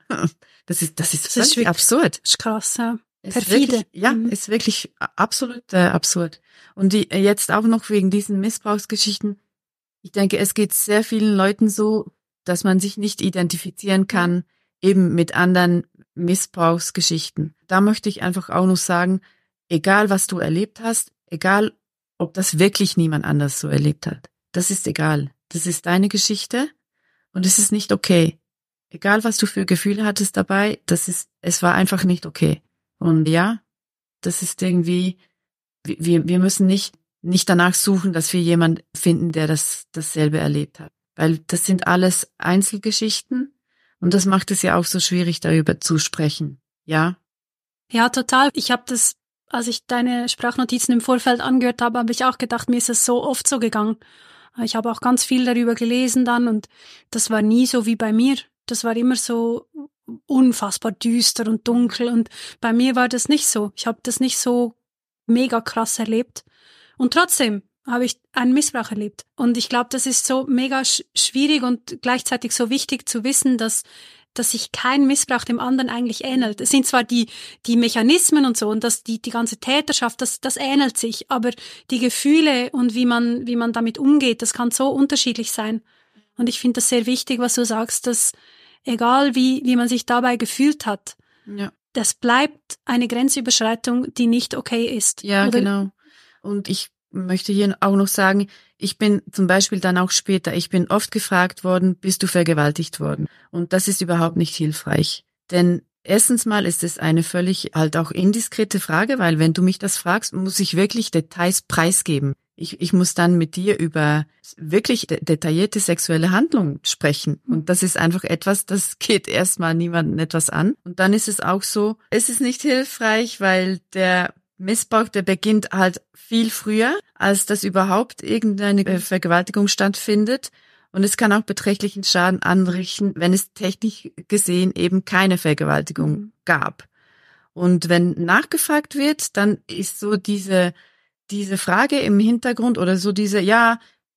Das ist, das ist, Das das ist wirklich absurd. Das ist krass, ja. Ist Perfide. wirklich, ja, Mhm. ist wirklich absolut äh, absurd. Und die jetzt auch noch wegen diesen Missbrauchsgeschichten. Ich denke, es geht sehr vielen Leuten so, dass man sich nicht identifizieren kann, eben mit anderen Missbrauchsgeschichten. Da möchte ich einfach auch noch sagen, egal was du erlebt hast, egal ob das wirklich niemand anders so erlebt hat, das ist egal. Das ist deine Geschichte und es ist nicht okay. Egal was du für Gefühle hattest dabei, das ist, es war einfach nicht okay. Und ja, das ist irgendwie, wir, wir müssen nicht, nicht danach suchen, dass wir jemanden finden, der das, dasselbe erlebt hat. Weil das sind alles Einzelgeschichten und das macht es ja auch so schwierig, darüber zu sprechen. Ja? Ja, total. Ich habe das, als ich deine Sprachnotizen im Vorfeld angehört habe, habe ich auch gedacht, mir ist es so oft so gegangen. Ich habe auch ganz viel darüber gelesen dann und das war nie so wie bei mir. Das war immer so unfassbar düster und dunkel und bei mir war das nicht so. Ich habe das nicht so mega krass erlebt und trotzdem habe ich einen Missbrauch erlebt. Und ich glaube, das ist so mega sch- schwierig und gleichzeitig so wichtig zu wissen, dass dass sich kein Missbrauch dem anderen eigentlich ähnelt. Es sind zwar die die Mechanismen und so und dass die die ganze Täterschaft, das das ähnelt sich, aber die Gefühle und wie man wie man damit umgeht, das kann so unterschiedlich sein. Und ich finde das sehr wichtig, was du sagst, dass egal wie wie man sich dabei gefühlt hat, Ja. das bleibt eine Grenzüberschreitung, die nicht okay ist. Ja, Oder? genau. Und ich möchte hier auch noch sagen, ich bin zum Beispiel dann auch später, ich bin oft gefragt worden, bist du vergewaltigt worden? Und das ist überhaupt nicht hilfreich. Denn erstens mal ist es eine völlig halt auch indiskrete Frage, weil wenn du mich das fragst, muss ich wirklich Details preisgeben. Ich, ich muss dann mit dir über wirklich de- detaillierte sexuelle Handlungen sprechen. Und das ist einfach etwas, das geht erstmal niemandem etwas an. Und dann ist es auch so, es ist nicht hilfreich, weil der Missbrauch, der beginnt halt viel früher, als dass überhaupt irgendeine Vergewaltigung stattfindet. Und es kann auch beträchtlichen Schaden anrichten, wenn es technisch gesehen eben keine Vergewaltigung Mhm. gab. Und wenn nachgefragt wird, dann ist so diese diese Frage im Hintergrund oder so diese, ja,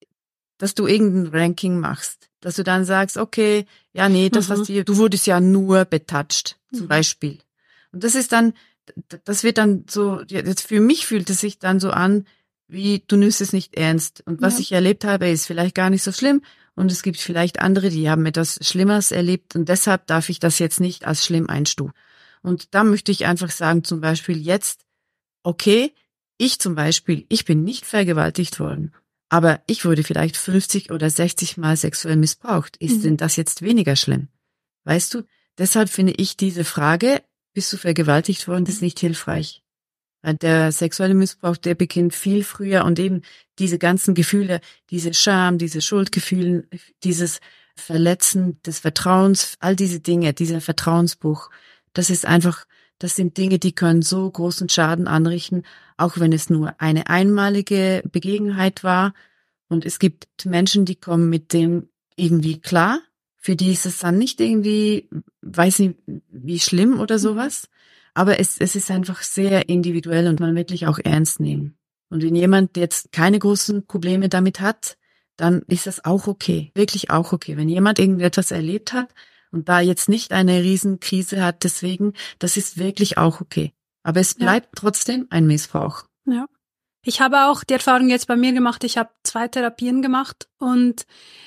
dass du irgendein Ranking machst, dass du dann sagst, okay, ja, nee, das, Mhm. was dir, du wurdest ja nur betatscht, zum Mhm. Beispiel. Und das ist dann, das wird dann so, jetzt für mich fühlt es sich dann so an, wie du nimmst es nicht ernst. Und was Ja. ich erlebt habe, ist vielleicht gar nicht so schlimm. Und es gibt vielleicht andere, die haben etwas Schlimmeres erlebt und deshalb darf ich das jetzt nicht als schlimm einstufen. Und da möchte ich einfach sagen, zum Beispiel jetzt, okay, ich zum Beispiel, ich bin nicht vergewaltigt worden, aber ich wurde vielleicht fünfzig oder sechzig Mal sexuell missbraucht. Ist Mhm. denn das jetzt weniger schlimm? Weißt du, deshalb finde ich diese Frage, bist du vergewaltigt worden, das ist nicht hilfreich. Weil der sexuelle Missbrauch, der beginnt viel früher und eben diese ganzen Gefühle, diese Scham, diese Schuldgefühle, dieses Verletzen des Vertrauens, all diese Dinge, dieser Vertrauensbruch, das ist einfach, das sind Dinge, die können so großen Schaden anrichten, auch wenn es nur eine einmalige Begebenheit war. Und es gibt Menschen, die kommen mit dem irgendwie klar. Für die ist es dann nicht irgendwie, weiß nicht, wie schlimm oder sowas. Aber es, es ist einfach sehr individuell und man wirklich auch ernst nehmen. Und wenn jemand jetzt keine großen Probleme damit hat, dann ist das auch okay. Wirklich auch okay. Wenn jemand irgendetwas erlebt hat und da jetzt nicht eine Riesenkrise hat, deswegen, das ist wirklich auch okay. Aber es bleibt ja trotzdem ein Missbrauch. Ja. Ich habe auch die Erfahrung jetzt bei mir gemacht, ich habe zwei Therapien gemacht und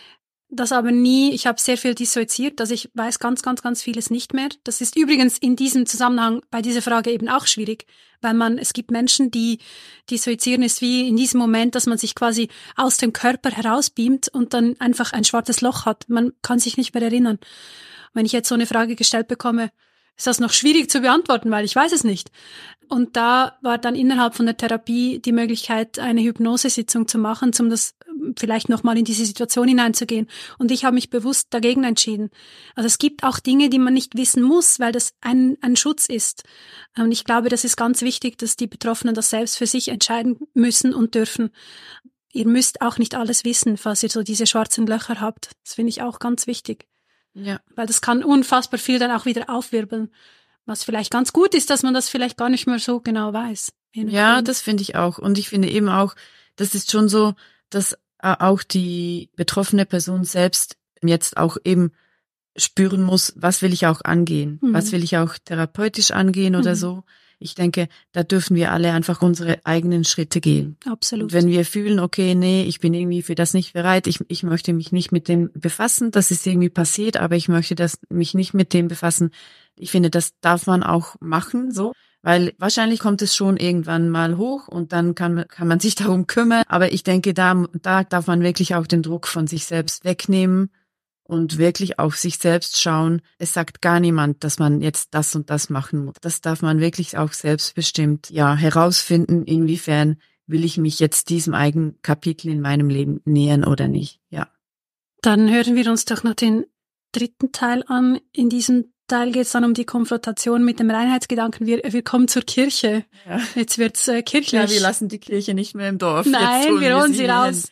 das aber nie, ich habe sehr viel dissoziiert, also ich weiß ganz, ganz, ganz vieles nicht mehr. Das ist übrigens in diesem Zusammenhang bei dieser Frage eben auch schwierig, weil man, es gibt Menschen, die dissoziieren ist wie in diesem Moment, dass man sich quasi aus dem Körper herausbeamt und dann einfach ein schwarzes Loch hat. Man kann sich nicht mehr erinnern. Wenn ich jetzt so eine Frage gestellt bekomme, ist das noch schwierig zu beantworten, weil ich weiß es nicht. Und da war dann innerhalb von der Therapie die Möglichkeit, eine Hypnosesitzung zu machen, um das vielleicht nochmal in diese Situation hineinzugehen. Und ich habe mich bewusst dagegen entschieden. Also es gibt auch Dinge, die man nicht wissen muss, weil das ein, ein Schutz ist. Und ich glaube, das ist ganz wichtig, dass die Betroffenen das selbst für sich entscheiden müssen und dürfen. Ihr müsst auch nicht alles wissen, falls ihr so diese schwarzen Löcher habt. Das finde ich auch ganz wichtig. Ja. Weil das kann unfassbar viel dann auch wieder aufwirbeln. Was vielleicht ganz gut ist, dass man das vielleicht gar nicht mehr so genau weiß. Ja, das finde ich auch. Und ich finde eben auch, das ist schon so, dass auch die betroffene Person selbst jetzt auch eben spüren muss, was will ich auch angehen, mhm. was will ich auch therapeutisch angehen oder mhm. so. Ich denke, da dürfen wir alle einfach unsere eigenen Schritte gehen. Absolut. Und wenn wir fühlen, okay, nee, ich bin irgendwie für das nicht bereit, ich, ich möchte mich nicht mit dem befassen, das ist irgendwie passiert, aber ich möchte das mich nicht mit dem befassen. Ich finde, das darf man auch machen, so. Weil wahrscheinlich kommt es schon irgendwann mal hoch und dann kann, kann man sich darum kümmern. Aber ich denke, da, da darf man wirklich auch den Druck von sich selbst wegnehmen und wirklich auf sich selbst schauen. Es sagt gar niemand, dass man jetzt das und das machen muss. Das darf man wirklich auch selbstbestimmt, ja, herausfinden, inwiefern will ich mich jetzt diesem eigenen Kapitel in meinem Leben nähern oder nicht, ja. Dann hören wir uns doch noch den dritten Teil an. In diesem Teil geht es dann um die Konfrontation mit dem Reinheitsgedanken. Wir, wir kommen zur Kirche. Ja. Jetzt wird's äh, kirchlich. Ja, wir lassen die Kirche nicht mehr im Dorf. Nein, holen wir holen sie raus.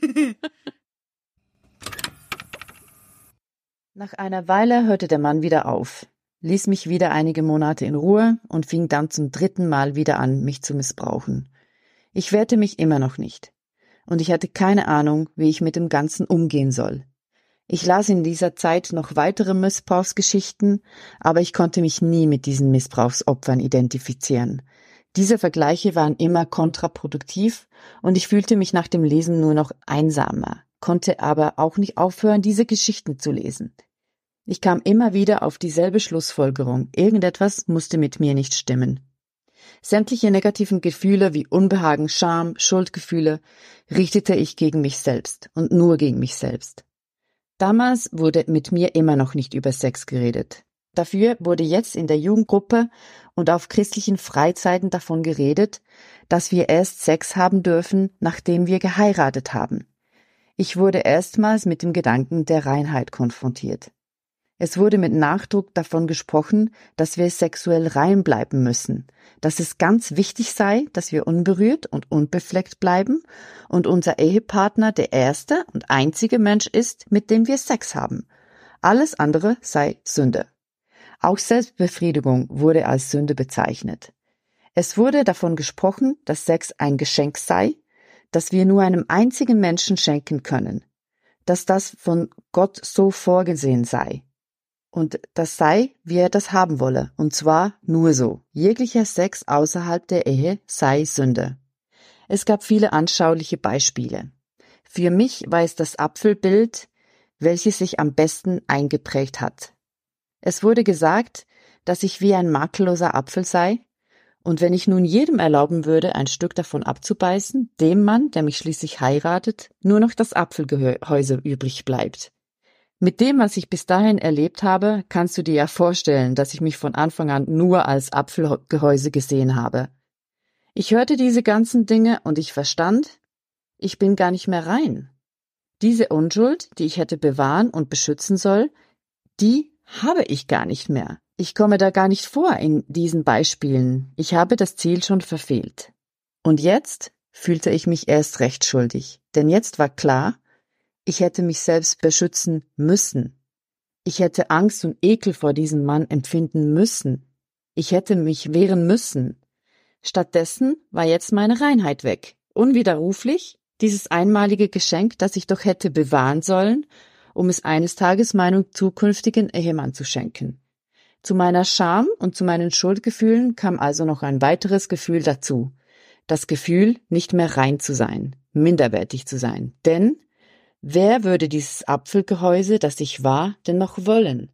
Nach einer Weile hörte der Mann wieder auf, ließ mich wieder einige Monate in Ruhe und fing dann zum dritten Mal wieder an, mich zu missbrauchen. Ich wehrte mich immer noch nicht. Und ich hatte keine Ahnung, wie ich mit dem Ganzen umgehen soll. Ich las in dieser Zeit noch weitere Missbrauchsgeschichten, aber ich konnte mich nie mit diesen Missbrauchsopfern identifizieren. Diese Vergleiche waren immer kontraproduktiv und ich fühlte mich nach dem Lesen nur noch einsamer, konnte aber auch nicht aufhören, diese Geschichten zu lesen. Ich kam immer wieder auf dieselbe Schlussfolgerung, irgendetwas musste mit mir nicht stimmen. Sämtliche negativen Gefühle wie Unbehagen, Scham, Schuldgefühle richtete ich gegen mich selbst und nur gegen mich selbst. Damals wurde mit mir immer noch nicht über Sex geredet. Dafür wurde jetzt in der Jugendgruppe und auf christlichen Freizeiten davon geredet, dass wir erst Sex haben dürfen, nachdem wir geheiratet haben. Ich wurde erstmals mit dem Gedanken der Reinheit konfrontiert. Es wurde mit Nachdruck davon gesprochen, dass wir sexuell rein bleiben müssen, dass es ganz wichtig sei, dass wir unberührt und unbefleckt bleiben und unser Ehepartner der erste und einzige Mensch ist, mit dem wir Sex haben. Alles andere sei Sünde. Auch Selbstbefriedigung wurde als Sünde bezeichnet. Es wurde davon gesprochen, dass Sex ein Geschenk sei, das wir nur einem einzigen Menschen schenken können, dass das von Gott so vorgesehen sei. Und das sei, wie er das haben wolle, und zwar nur so. Jeglicher Sex außerhalb der Ehe sei Sünde. Es gab viele anschauliche Beispiele. Für mich war es das Apfelbild, welches sich am besten eingeprägt hat. Es wurde gesagt, dass ich wie ein makelloser Apfel sei, und wenn ich nun jedem erlauben würde, ein Stück davon abzubeißen, dem Mann, der mich schließlich heiratet, nur noch das Apfelgehäuse übrig bleibt. Mit dem, was ich bis dahin erlebt habe, kannst du dir ja vorstellen, dass ich mich von Anfang an nur als Apfelgehäuse gesehen habe. Ich hörte diese ganzen Dinge und ich verstand, ich bin gar nicht mehr rein. Diese Unschuld, die ich hätte bewahren und beschützen soll, die habe ich gar nicht mehr. Ich komme da gar nicht vor in diesen Beispielen. Ich habe das Ziel schon verfehlt. Und jetzt fühlte ich mich erst recht schuldig, denn jetzt war klar, ich hätte mich selbst beschützen müssen. Ich hätte Angst und Ekel vor diesem Mann empfinden müssen. Ich hätte mich wehren müssen. Stattdessen war jetzt meine Reinheit weg. Unwiderruflich, dieses einmalige Geschenk, das ich doch hätte bewahren sollen, um es eines Tages meinem zukünftigen Ehemann zu schenken. Zu meiner Scham und zu meinen Schuldgefühlen kam also noch ein weiteres Gefühl dazu. Das Gefühl, nicht mehr rein zu sein, minderwertig zu sein. Denn wer würde dieses Apfelgehäuse, das ich war, denn noch wollen?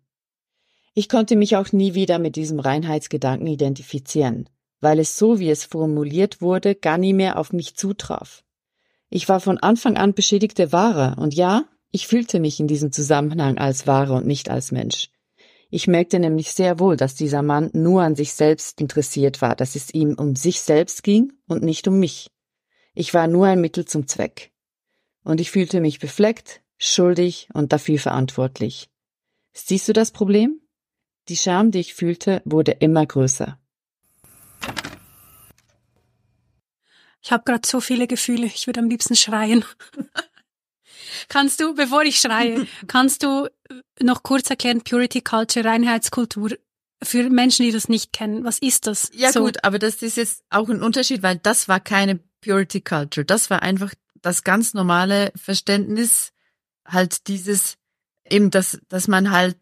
Ich konnte mich auch nie wieder mit diesem Reinheitsgedanken identifizieren, weil es so, wie es formuliert wurde, gar nie mehr auf mich zutraf. Ich war von Anfang an beschädigte Ware und ja, ich fühlte mich in diesem Zusammenhang als Ware und nicht als Mensch. Ich merkte nämlich sehr wohl, dass dieser Mann nur an sich selbst interessiert war, dass es ihm um sich selbst ging und nicht um mich. Ich war nur ein Mittel zum Zweck. Und ich fühlte mich befleckt, schuldig und dafür verantwortlich. Siehst du das Problem? Die Scham, die ich fühlte, wurde immer größer. Ich habe gerade so viele Gefühle, ich würde am liebsten schreien. Kannst du, bevor ich schreie, kannst du noch kurz erklären, Purity Culture, Reinheitskultur, für Menschen, die das nicht kennen, was ist das? Ja so. Gut, aber das ist jetzt auch ein Unterschied, weil das war keine Purity Culture, das war einfach das ganz normale Verständnis, halt dieses, eben, dass, dass man halt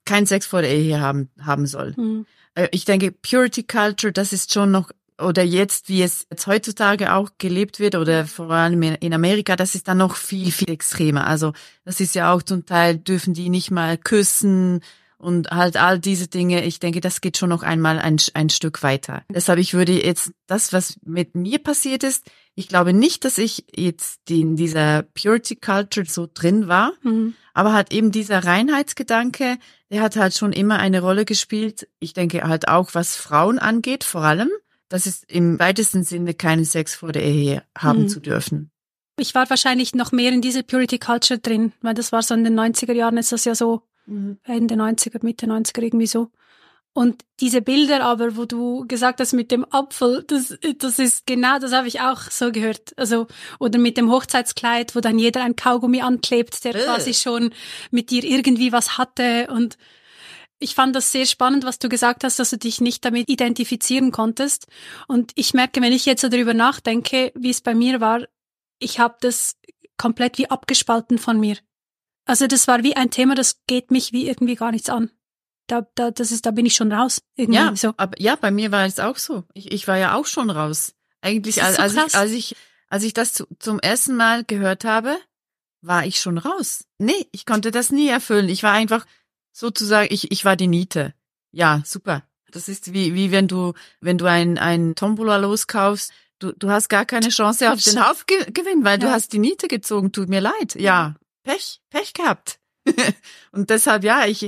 keinen Sex vor der Ehe haben, haben soll. Mhm. Ich denke, Purity Culture, das ist schon noch, oder jetzt, wie es jetzt heutzutage auch gelebt wird, oder vor allem in Amerika, das ist dann noch viel, viel extremer. Also das ist ja auch zum Teil, dürfen die nicht mal küssen und halt all diese Dinge. Ich denke, das geht schon noch einmal ein, ein Stück weiter. Deshalb, ich würde jetzt, das, was mit mir passiert ist, ich glaube nicht, dass ich jetzt in dieser Purity Culture so drin war, Mhm. aber halt eben dieser Reinheitsgedanke, der hat halt schon immer eine Rolle gespielt. Ich denke halt auch, was Frauen angeht, vor allem, das ist im weitesten Sinne keinen Sex vor der Ehe haben Mhm. zu dürfen. Ich war wahrscheinlich noch mehr in diese Purity Culture drin, weil das war so in den neunziger Jahren, ist das ja so, Mhm. Ende neunziger, Mitte neunziger, irgendwie so. Und diese Bilder aber, wo du gesagt hast mit dem Apfel, das, das ist genau, das habe ich auch so gehört. Also, oder mit dem Hochzeitskleid, wo dann jeder ein Kaugummi anklebt, der Äh. quasi schon mit dir irgendwie was hatte. Und ich fand das sehr spannend, was du gesagt hast, dass du dich nicht damit identifizieren konntest. Und ich merke, wenn ich jetzt so darüber nachdenke, wie es bei mir war, ich habe das komplett wie abgespalten von mir. Also das war wie ein Thema, das geht mich wie irgendwie gar nichts an. Da, da, das ist, da bin ich schon raus. Irgendwie Ja, so. aber ja, bei mir war es auch so. Ich, ich war ja auch schon raus. Eigentlich, Das ist als, so als ich, krass. als ich, als ich das zu, zum ersten Mal gehört habe, war ich schon raus. Nee, ich konnte das nie erfüllen. Ich war einfach sozusagen, ich, ich war die Niete. Ja, super. Das ist wie, wie wenn du, wenn du ein, ein Tombola loskaufst. Du, du hast gar keine Chance auf den Hauptgewinn, weil Ja. du hast die Niete gezogen. Tut mir leid. Ja, Pech, Pech gehabt. Und deshalb, ja, ich,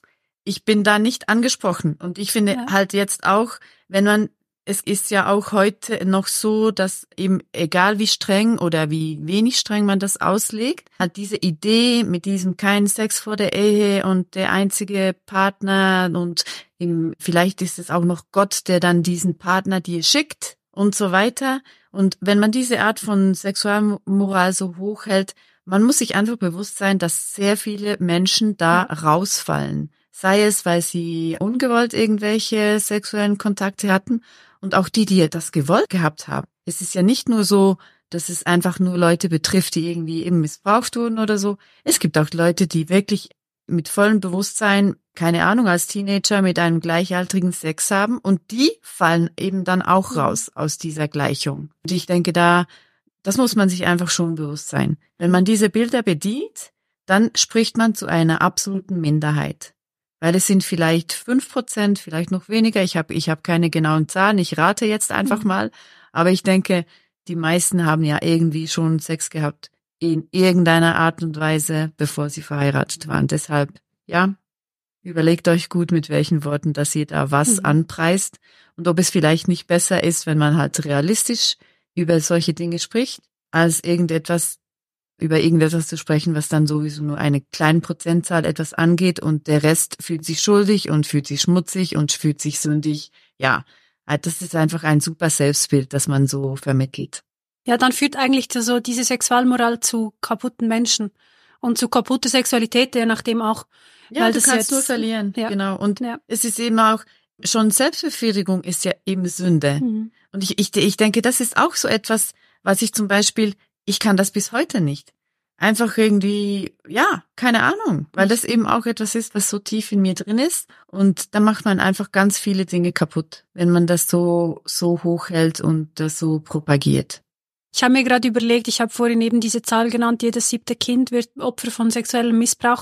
ich bin da nicht angesprochen. Und ich finde Ja. halt jetzt auch, wenn man, es ist ja auch heute noch so, dass eben egal wie streng oder wie wenig streng man das auslegt, halt diese Idee mit diesem keinen Sex vor der Ehe und der einzige Partner und eben, vielleicht ist es auch noch Gott, der dann diesen Partner dir schickt und so weiter. Und wenn man diese Art von Sexualmoral so hochhält, man muss sich einfach bewusst sein, dass sehr viele Menschen da rausfallen. Sei es, weil sie ungewollt irgendwelche sexuellen Kontakte hatten und auch die, die das gewollt gehabt haben. Es ist ja nicht nur so, dass es einfach nur Leute betrifft, die irgendwie eben missbraucht wurden oder so. Es gibt auch Leute, die wirklich mit vollem Bewusstsein, keine Ahnung, als Teenager mit einem Gleichaltrigen Sex haben und die fallen eben dann auch raus aus dieser Gleichung. Und ich denke, da, das muss man sich einfach schon bewusst sein. Wenn man diese Bilder bedient, dann spricht man zu einer absoluten Minderheit. Weil es sind vielleicht fünf Prozent, vielleicht noch weniger. Ich habe ich hab keine genauen Zahlen. Ich rate jetzt einfach mal. Aber ich denke, die meisten haben ja irgendwie schon Sex gehabt in irgendeiner Art und Weise, bevor sie verheiratet waren. Deshalb, ja, überlegt euch gut, mit welchen Worten, dass ihr da was Mhm. anpreist und ob es vielleicht nicht besser ist, wenn man halt realistisch über solche Dinge spricht, als irgendetwas über irgendetwas zu sprechen, was dann sowieso nur eine kleine Prozentzahl etwas angeht und der Rest fühlt sich schuldig und fühlt sich schmutzig und fühlt sich sündig. Ja, das ist einfach ein super Selbstbild, das man so vermittelt. Ja, dann führt eigentlich so diese Sexualmoral zu kaputten Menschen und zu kaputter Sexualität, je nachdem auch. Ja, weil du das kannst jetzt, nur verlieren, ja. genau. Und Ja. es ist eben auch, schon Selbstbefriedigung ist ja eben Sünde. Mhm. Und ich, ich, ich denke, das ist auch so etwas, was ich zum Beispiel, ich kann das bis heute nicht. Einfach irgendwie, ja, keine Ahnung, weil das eben auch etwas ist, was so tief in mir drin ist. Und da macht man einfach ganz viele Dinge kaputt, wenn man das so, so hochhält und das so propagiert. Ich habe mir gerade überlegt, ich habe vorhin eben diese Zahl genannt, jedes siebte Kind wird Opfer von sexuellem Missbrauch.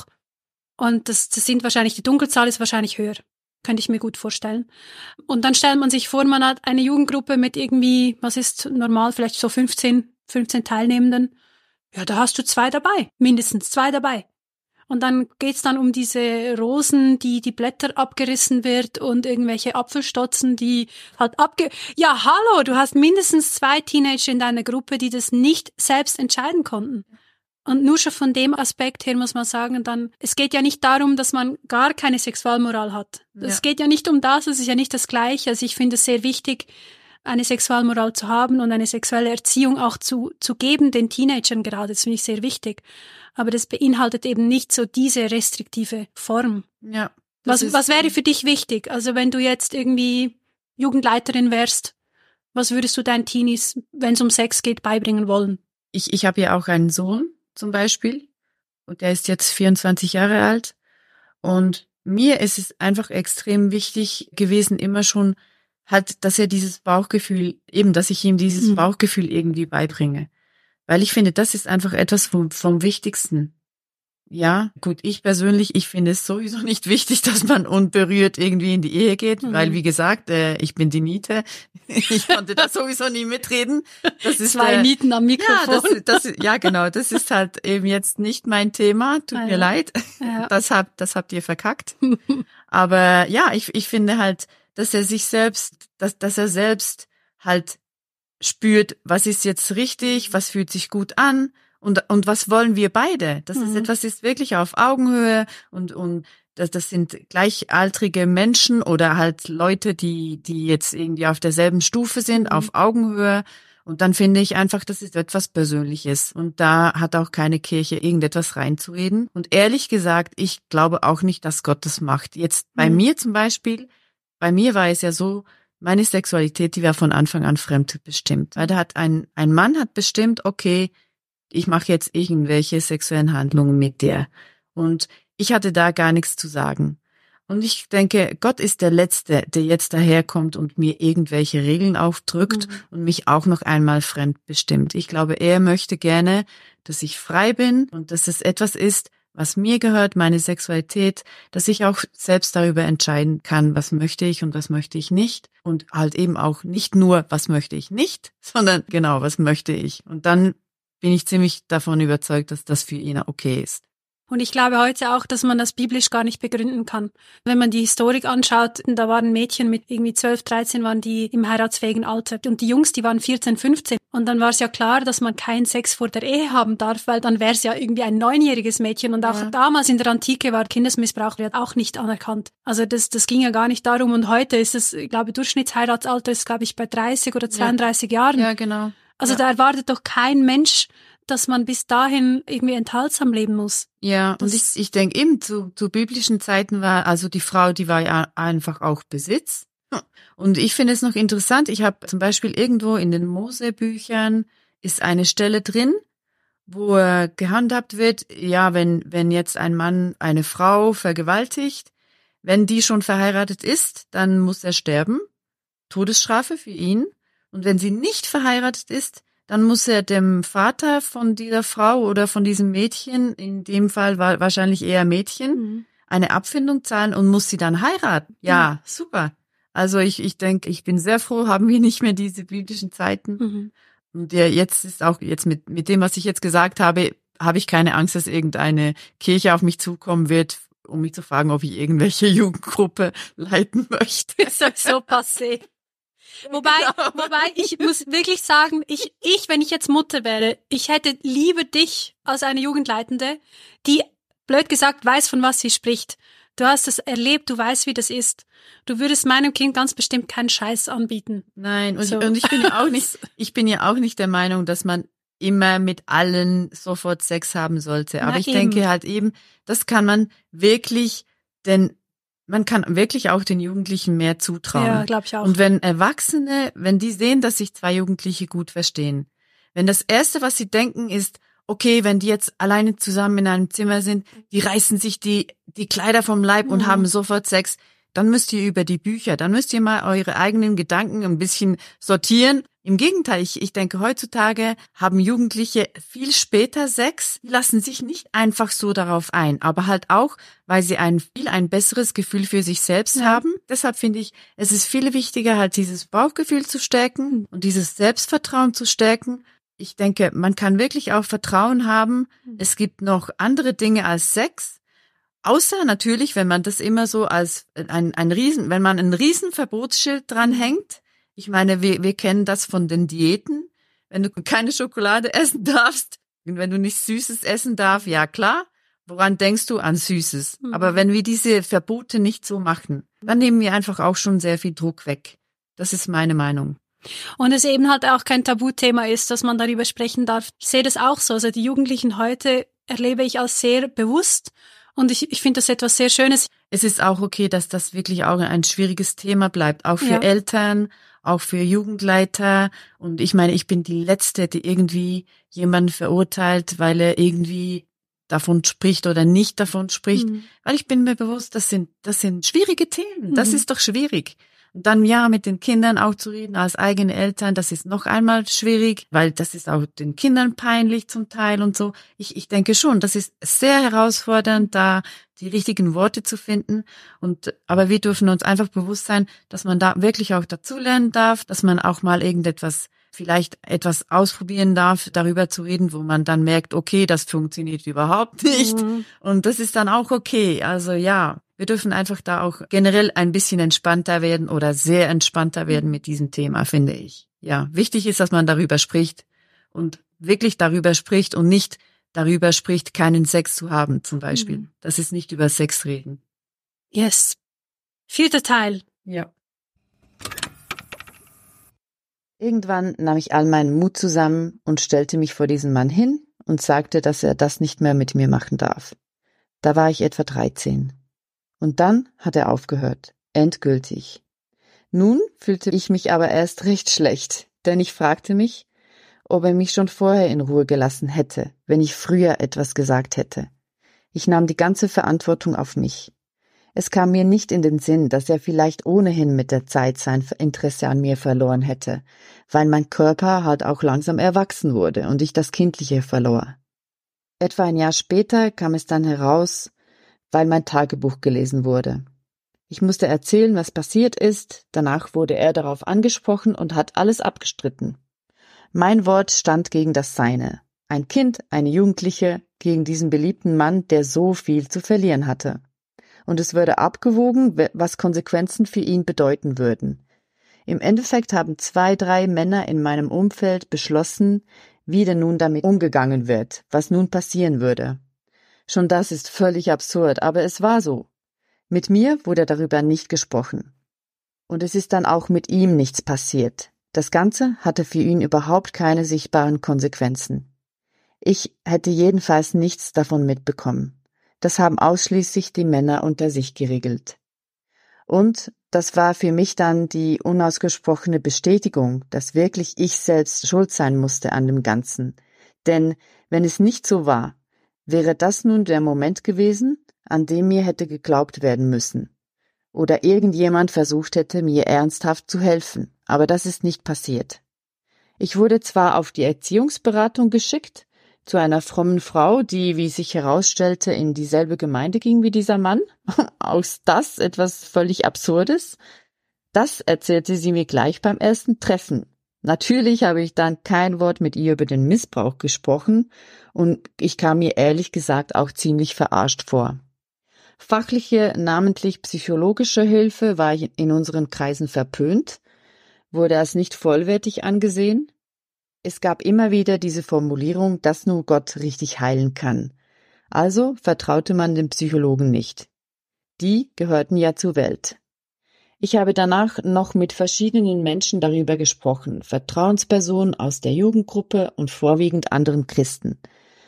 Und das, das sind wahrscheinlich, die Dunkelzahl ist wahrscheinlich höher. Könnte ich mir gut vorstellen. Und dann stellt man sich vor, man hat eine Jugendgruppe mit irgendwie, was ist normal, vielleicht so fünfzehn, fünfzehn Teilnehmenden. Ja, da hast du zwei dabei, mindestens zwei dabei. Und dann geht's dann um diese Rosen, die die Blätter abgerissen wird und irgendwelche Apfelstotzen, die halt abge... Ja, hallo, du hast mindestens zwei Teenager in deiner Gruppe, die das nicht selbst entscheiden konnten. Und nur schon von dem Aspekt her muss man sagen, dann, es geht ja nicht darum, dass man gar keine Sexualmoral hat. Es Ja. geht ja nicht um das, es ist ja nicht das Gleiche. Also ich finde es sehr wichtig, eine Sexualmoral zu haben und eine sexuelle Erziehung auch zu, zu geben, den Teenagern gerade. Das finde ich sehr wichtig. Aber das beinhaltet eben nicht so diese restriktive Form. Ja. das Was, ist- was wäre für dich wichtig? Also wenn du jetzt irgendwie Jugendleiterin wärst, was würdest du deinen Teenies, wenn es um Sex geht, beibringen wollen? Ich, ich habe ja auch einen Sohn zum Beispiel und der ist jetzt vierundzwanzig Jahre alt und mir ist es einfach extrem wichtig gewesen, immer schon halt, dass er dieses Bauchgefühl, eben, dass ich ihm dieses mhm. Bauchgefühl irgendwie beibringe. Weil ich finde, das ist einfach etwas vom, vom Wichtigsten. Ja, gut, ich persönlich, ich finde es sowieso nicht wichtig, dass man unberührt irgendwie in die Ehe geht, mhm. weil, wie gesagt, äh, ich bin die Niete. Ich konnte da sowieso nie mitreden. Das ist Zwei äh, Nieten am Mikrofon. Ja, das, das, ja, genau, das ist halt eben jetzt nicht mein Thema, tut ah, mir ja. leid. Ja. Das habt, das habt ihr verkackt. Aber ja, ich, ich finde halt, dass er sich selbst, dass, dass er selbst halt spürt, was ist jetzt richtig, was fühlt sich gut an. Und, und was wollen wir beide? Das mhm. ist etwas, ist wirklich auf Augenhöhe und, und das, das sind gleichaltrige Menschen oder halt Leute, die, die jetzt irgendwie auf derselben Stufe sind, mhm. auf Augenhöhe. Und dann finde ich einfach, das ist etwas Persönliches. Und da hat auch keine Kirche irgendetwas reinzureden. Und ehrlich gesagt, ich glaube auch nicht, dass Gott das macht. Jetzt bei mhm. mir zum Beispiel, bei mir war es ja so, meine Sexualität, die war von Anfang an fremdbestimmt. Weil da hat ein, ein Mann hat bestimmt, okay, ich mache jetzt irgendwelche sexuellen Handlungen mit dir. Und ich hatte da gar nichts zu sagen. Und ich denke, Gott ist der Letzte, der jetzt daherkommt und mir irgendwelche Regeln aufdrückt mhm. und mich auch noch einmal fremdbestimmt. Ich glaube, er möchte gerne, dass ich frei bin und dass es etwas ist, was mir gehört, meine Sexualität, dass ich auch selbst darüber entscheiden kann, was möchte ich und was möchte ich nicht. Und halt eben auch nicht nur, was möchte ich nicht, sondern genau, was möchte ich. Und dann bin ich ziemlich davon überzeugt, dass das für ihn okay ist. Und ich glaube heute auch, dass man das biblisch gar nicht begründen kann. Wenn man die Historik anschaut, da waren Mädchen mit irgendwie zwölf, dreizehn waren die im heiratsfähigen Alter. Und die Jungs, die waren vierzehn, fünfzehn. Und dann war es ja klar, dass man keinen Sex vor der Ehe haben darf, weil dann wäre es ja irgendwie ein neunjähriges Mädchen. Und auch ja. damals in der Antike war Kindesmissbrauch wird auch nicht anerkannt. Also das, das ging ja gar nicht darum. Und heute ist es, ich glaube, Durchschnittsheiratsalter ist, glaube ich, bei dreißig oder zweiunddreißig ja. Jahren. Ja, genau. Also ja. da erwartet doch kein Mensch, dass man bis dahin irgendwie enthaltsam leben muss. Ja, das und ich, ich denke eben, zu, zu biblischen Zeiten war, also die Frau, die war ja einfach auch Besitz. Und ich finde es noch interessant, ich habe zum Beispiel irgendwo in den Mosebüchern ist eine Stelle drin, wo gehandhabt wird, ja, wenn, wenn jetzt ein Mann eine Frau vergewaltigt, wenn die schon verheiratet ist, dann muss er sterben. Todesstrafe für ihn. Und wenn sie nicht verheiratet ist, dann muss er dem Vater von dieser Frau oder von diesem Mädchen, in dem Fall war wahrscheinlich eher Mädchen, mhm. eine Abfindung zahlen und muss sie dann heiraten. Ja, mhm. super. Also ich ich denke, ich bin sehr froh, haben wir nicht mehr diese biblischen Zeiten. Mhm. Und ja, jetzt ist auch jetzt mit mit dem, was ich jetzt gesagt habe, habe ich keine Angst, dass irgendeine Kirche auf mich zukommen wird, um mich zu fragen, ob ich irgendwelche Jugendgruppe leiten möchte. Ist so passé. Wobei, genau. wobei, ich muss wirklich sagen, ich, ich, wenn ich jetzt Mutter wäre, ich hätte lieber dich als eine Jugendleitende, die, blöd gesagt, weiß, von was sie spricht. Du hast es erlebt, du weißt, wie das ist. Du würdest meinem Kind ganz bestimmt keinen Scheiß anbieten. Nein, und, so. ich, und ich bin ja auch nicht, ich bin ja auch nicht der Meinung, dass man immer mit allen sofort Sex haben sollte. Aber Na, ich eben. denke halt eben, das kann man wirklich, denn man kann wirklich auch den Jugendlichen mehr zutrauen. Ja, glaube ich auch. Und wenn Erwachsene, wenn die sehen, dass sich zwei Jugendliche gut verstehen, wenn das Erste, was sie denken, ist, okay, wenn die jetzt alleine zusammen in einem Zimmer sind, die reißen sich die die Kleider vom Leib mhm. und haben sofort Sex, dann müsst ihr über die Bücher, dann müsst ihr mal eure eigenen Gedanken ein bisschen sortieren. Im Gegenteil, ich, ich denke, heutzutage haben Jugendliche viel später Sex, die lassen sich nicht einfach so darauf ein, aber halt auch, weil sie ein viel ein besseres Gefühl für sich selbst ja. haben. Deshalb finde ich, es ist viel wichtiger, halt dieses Bauchgefühl zu stärken und dieses Selbstvertrauen zu stärken. Ich denke, man kann wirklich auch Vertrauen haben. Es gibt noch andere Dinge als Sex. Außer natürlich, wenn man das immer so als ein, ein Riesen, wenn man ein Riesenverbotsschild dranhängt. Ich meine, wir, wir kennen das von den Diäten. Wenn du keine Schokolade essen darfst, wenn du nicht Süßes essen darfst, ja klar. Woran denkst du? An Süßes. Mhm. Aber wenn wir diese Verbote nicht so machen, dann nehmen wir einfach auch schon sehr viel Druck weg. Das ist meine Meinung. Und es eben halt auch kein Tabuthema ist, dass man darüber sprechen darf. Ich sehe das auch so. Also die Jugendlichen heute erlebe ich als sehr bewusst. Und ich, ich finde das etwas sehr Schönes. Es ist auch okay, dass das wirklich auch ein schwieriges Thema bleibt, auch für ja. Eltern, auch für Jugendleiter. Und ich meine, ich bin die Letzte, die irgendwie jemanden verurteilt, weil er irgendwie davon spricht oder nicht davon spricht, Mhm. weil ich bin mir bewusst, das sind, das sind schwierige Themen. Das Mhm. ist doch schwierig. Und dann ja, mit den Kindern auch zu reden als eigene Eltern, das ist noch einmal schwierig, weil das ist auch den Kindern peinlich zum Teil und so. Ich, ich denke schon, das ist sehr herausfordernd, da die richtigen Worte zu finden. Und, aber wir dürfen uns einfach bewusst sein, dass man da wirklich auch dazulernen darf, dass man auch mal irgendetwas, vielleicht etwas ausprobieren darf, darüber zu reden, wo man dann merkt, okay, das funktioniert überhaupt nicht. Mhm. Und das ist dann auch okay. Also ja, wir dürfen einfach da auch generell ein bisschen entspannter werden oder sehr entspannter werden mit diesem Thema, finde ich. Ja, wichtig ist, dass man darüber spricht und wirklich darüber spricht und nicht darüber spricht, keinen Sex zu haben zum Beispiel. Mhm. Das ist nicht über Sex reden. Yes. Vierter Teil. Ja. Irgendwann nahm ich all meinen Mut zusammen und stellte mich vor diesen Mann hin und sagte, dass er das nicht mehr mit mir machen darf. Da war ich etwa dreizehn. Und dann hat er aufgehört. Endgültig. Nun fühlte ich mich aber erst recht schlecht, denn ich fragte mich, ob er mich schon vorher in Ruhe gelassen hätte, wenn ich früher etwas gesagt hätte. Ich nahm die ganze Verantwortung auf mich. Es kam mir nicht in den Sinn, dass er vielleicht ohnehin mit der Zeit sein Interesse an mir verloren hätte, weil mein Körper halt auch langsam erwachsen wurde und ich das Kindliche verlor. Etwa ein Jahr später kam es dann heraus, weil mein Tagebuch gelesen wurde. Ich musste erzählen, was passiert ist, danach wurde er darauf angesprochen und hat alles abgestritten. Mein Wort stand gegen das seine. Ein Kind, eine Jugendliche, gegen diesen beliebten Mann, der so viel zu verlieren hatte. Und es würde abgewogen, was Konsequenzen für ihn bedeuten würden. Im Endeffekt haben zwei, drei Männer in meinem Umfeld beschlossen, wie denn nun damit umgegangen wird, was nun passieren würde. Schon das ist völlig absurd, aber es war so. Mit mir wurde darüber nicht gesprochen. Und es ist dann auch mit ihm nichts passiert. Das Ganze hatte für ihn überhaupt keine sichtbaren Konsequenzen. Ich hätte jedenfalls nichts davon mitbekommen. Das haben ausschließlich die Männer unter sich geregelt. Und das war für mich dann die unausgesprochene Bestätigung, dass wirklich ich selbst schuld sein musste an dem Ganzen. Denn wenn es nicht so war, wäre das nun der Moment gewesen, an dem mir hätte geglaubt werden müssen. Oder irgendjemand versucht hätte, mir ernsthaft zu helfen, aber das ist nicht passiert. Ich wurde zwar auf die Erziehungsberatung geschickt, zu einer frommen Frau, die, wie sich herausstellte, in dieselbe Gemeinde ging wie dieser Mann. Aus das etwas völlig Absurdes. Das erzählte sie mir gleich beim ersten Treffen. Natürlich habe ich dann kein Wort mit ihr über den Missbrauch gesprochen und ich kam mir ehrlich gesagt auch ziemlich verarscht vor. Fachliche, namentlich psychologische Hilfe war in unseren Kreisen verpönt, wurde als nicht vollwertig angesehen. Es gab immer wieder diese Formulierung, dass nur Gott richtig heilen kann. Also vertraute man den Psychologen nicht. Die gehörten ja zur Welt. Ich habe danach noch mit verschiedenen Menschen darüber gesprochen, Vertrauenspersonen aus der Jugendgruppe und vorwiegend anderen Christen.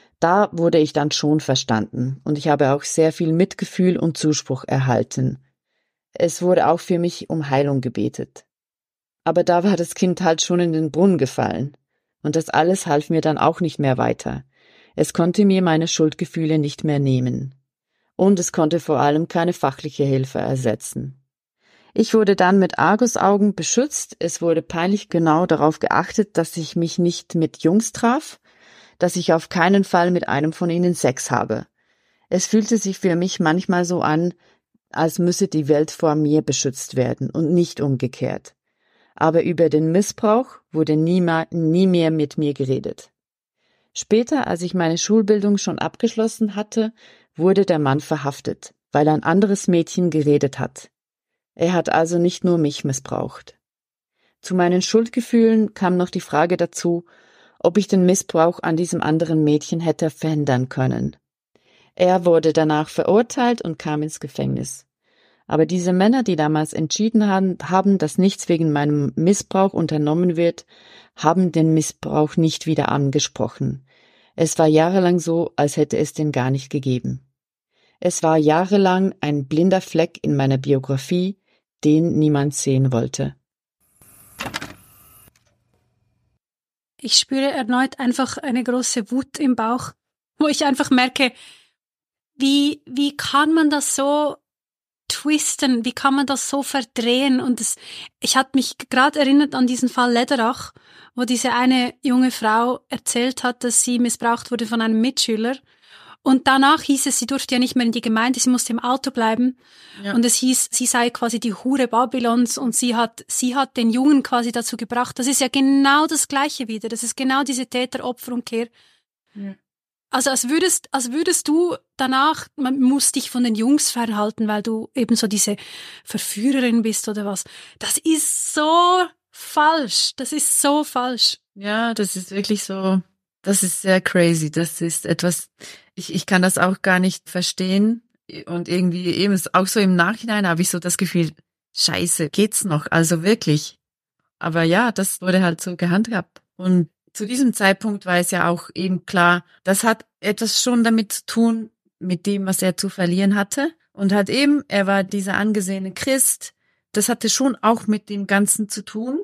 Da wurde ich dann schon verstanden und ich habe auch sehr viel Mitgefühl und Zuspruch erhalten. Es wurde auch für mich um Heilung gebetet. Aber da war das Kind halt schon in den Brunnen gefallen. Und das alles half mir dann auch nicht mehr weiter. Es konnte mir meine Schuldgefühle nicht mehr nehmen. Und es konnte vor allem keine fachliche Hilfe ersetzen. Ich wurde dann mit Argusaugen beschützt. Es wurde peinlich genau darauf geachtet, dass ich mich nicht mit Jungs traf, dass ich auf keinen Fall mit einem von ihnen Sex habe. Es fühlte sich für mich manchmal so an, als müsse die Welt vor mir beschützt werden und nicht umgekehrt. Aber über den Missbrauch wurde nie, ma- nie mehr mit mir geredet. Später, als ich meine Schulbildung schon abgeschlossen hatte, wurde der Mann verhaftet, weil ein anderes Mädchen geredet hat. Er hat also nicht nur mich missbraucht. Zu meinen Schuldgefühlen kam noch die Frage dazu, ob ich den Missbrauch an diesem anderen Mädchen hätte verhindern können. Er wurde danach verurteilt und kam ins Gefängnis. Aber diese Männer, die damals entschieden haben, haben, dass nichts wegen meinem Missbrauch unternommen wird, haben den Missbrauch nicht wieder angesprochen. Es war jahrelang so, als hätte es den gar nicht gegeben. Es war jahrelang ein blinder Fleck in meiner Biografie, den niemand sehen wollte. Ich spüre erneut einfach eine große Wut im Bauch, wo ich einfach merke, wie, wie kann man das so twisten, wie kann man das so verdrehen? Und das, ich hatte mich gerade erinnert an diesen Fall Lederach, wo diese eine junge Frau erzählt hat, dass sie missbraucht wurde von einem Mitschüler. Und danach hieß es, sie durfte ja nicht mehr in die Gemeinde, sie musste im Auto bleiben. Ja. Und es hieß, sie sei quasi die Hure Babylons und sie hat, sie hat den Jungen quasi dazu gebracht. Das ist ja genau das Gleiche wieder. Das ist genau diese Täter-Opfer-Umkehr. Ja. Also als würdest, als würdest du danach, man muss dich von den Jungs fernhalten, weil du eben so diese Verführerin bist oder was. Das ist so falsch. Das ist so falsch. Ja, das ist wirklich so, das ist sehr crazy. Das ist etwas, ich, ich kann das auch gar nicht verstehen. Und irgendwie eben ist auch so im Nachhinein habe ich so das Gefühl, scheiße, geht's noch? Also wirklich. Aber ja, das wurde halt so gehandhabt. Und zu diesem Zeitpunkt war es ja auch eben klar, das hat etwas schon damit zu tun, mit dem, was er zu verlieren hatte. Und hat eben, er war dieser angesehene Christ, das hatte schon auch mit dem Ganzen zu tun.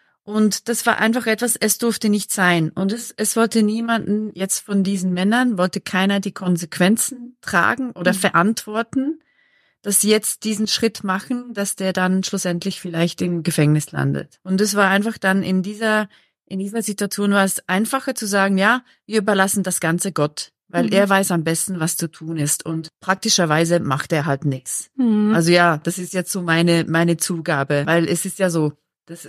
Und das war einfach etwas, es durfte nicht sein. Und es, es wollte niemanden, jetzt von diesen Männern, wollte keiner die Konsequenzen tragen oder mhm. verantworten, dass sie jetzt diesen Schritt machen, dass der dann schlussendlich vielleicht im Gefängnis landet. Und es war einfach dann in dieser In dieser Situation war es einfacher zu sagen, ja, wir überlassen das Ganze Gott, weil mhm. er weiß am besten, was zu tun ist. Und praktischerweise macht er halt nichts. Mhm. Also ja, das ist jetzt so meine meine Zugabe, weil es ist ja so, das,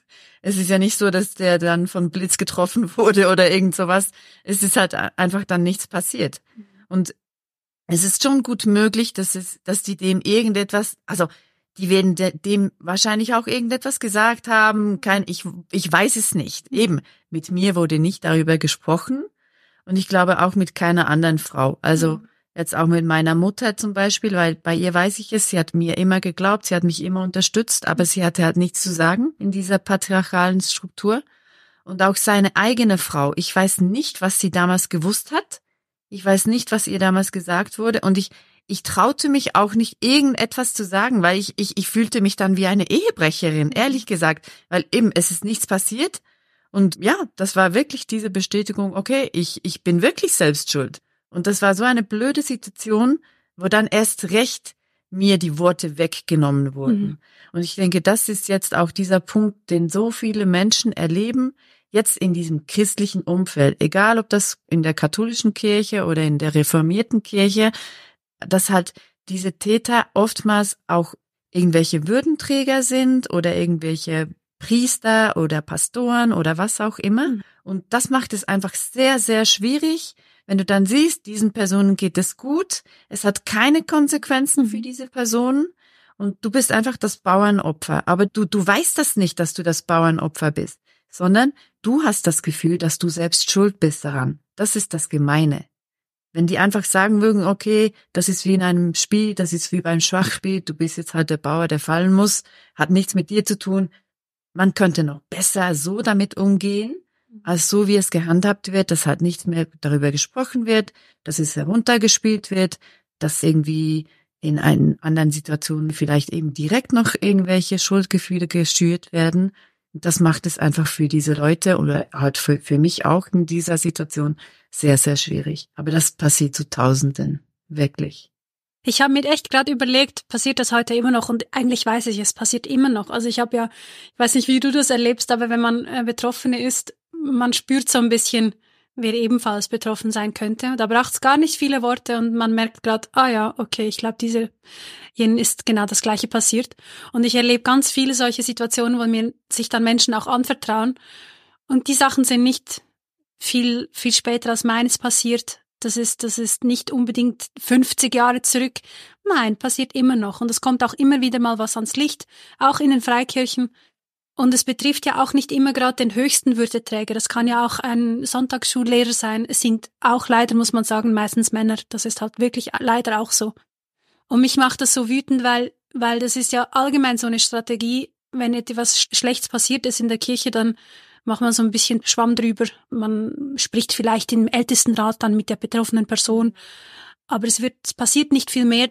es ist ja nicht so, dass der dann von Blitz getroffen wurde oder irgend sowas. Es ist halt einfach dann nichts passiert. Mhm. Und es ist schon gut möglich, dass es, dass die dem irgendetwas, also die werden de, dem wahrscheinlich auch irgendetwas gesagt haben. Kein, ich, ich weiß es nicht. Eben, mit mir wurde nicht darüber gesprochen. Und ich glaube auch mit keiner anderen Frau. Also jetzt auch mit meiner Mutter zum Beispiel, weil bei ihr weiß ich es, sie hat mir immer geglaubt, sie hat mich immer unterstützt, aber sie hatte halt nichts zu sagen in dieser patriarchalen Struktur. Und auch seine eigene Frau. Ich weiß nicht, was sie damals gewusst hat. Ich weiß nicht, was ihr damals gesagt wurde. Und ich Ich traute mich auch nicht, irgendetwas zu sagen, weil ich, ich, ich fühlte mich dann wie eine Ehebrecherin, ehrlich gesagt, weil eben, es ist nichts passiert. Und ja, das war wirklich diese Bestätigung, okay, ich, ich bin wirklich selbst schuld. Und das war so eine blöde Situation, wo dann erst recht mir die Worte weggenommen wurden. Mhm. Und ich denke, das ist jetzt auch dieser Punkt, den so viele Menschen erleben, jetzt in diesem christlichen Umfeld, egal ob das in der katholischen Kirche oder in der reformierten Kirche, dass halt diese Täter oftmals auch irgendwelche Würdenträger sind oder irgendwelche Priester oder Pastoren oder was auch immer. Und das macht es einfach sehr, sehr schwierig, wenn du dann siehst, diesen Personen geht es gut, es hat keine Konsequenzen für diese Personen und du bist einfach das Bauernopfer. Aber du, du weißt das nicht, dass du das Bauernopfer bist, sondern du hast das Gefühl, dass du selbst schuld bist daran. Das ist das Gemeine. Wenn die einfach sagen würden, okay, das ist wie in einem Spiel, das ist wie beim Schachspiel, du bist jetzt halt der Bauer, der fallen muss, hat nichts mit dir zu tun. Man könnte noch besser so damit umgehen, als so wie es gehandhabt wird, dass halt nicht mehr darüber gesprochen wird, dass es heruntergespielt wird, dass irgendwie in einen anderen Situationen vielleicht eben direkt noch irgendwelche Schuldgefühle geschürt werden. Das macht es einfach für diese Leute oder halt für, für mich auch in dieser Situation sehr, sehr schwierig. Aber das passiert zu Tausenden, wirklich. Ich habe mir echt gerade überlegt, passiert das heute immer noch? Und eigentlich weiß ich, es passiert immer noch. Also ich habe ja, ich weiß nicht, wie du das erlebst, aber wenn man äh, Betroffene ist, man spürt so ein bisschen, wer ebenfalls betroffen sein könnte. Da braucht es gar nicht viele Worte und man merkt gerade, ah ja, okay, ich glaube, diese jenen ist genau das Gleiche passiert. Und ich erlebe ganz viele solche Situationen, wo mir sich dann Menschen auch anvertrauen. Und die Sachen sind nicht viel, viel später als meines passiert. Das ist, das ist nicht unbedingt fünfzig Jahre zurück. Nein, passiert immer noch. Und es kommt auch immer wieder mal was ans Licht, auch in den Freikirchen. Und es betrifft ja auch nicht immer gerade den höchsten Würdeträger. Das kann ja auch ein Sonntagsschullehrer sein. Es sind auch leider, muss man sagen, meistens Männer. Das ist halt wirklich leider auch so. Und mich macht das so wütend, weil, weil das ist ja allgemein so eine Strategie. Wenn etwas Schlechtes passiert ist in der Kirche, dann macht man so ein bisschen Schwamm drüber. Man spricht vielleicht im Ältestenrat dann mit der betroffenen Person. Aber es wird, es passiert nicht viel mehr dann.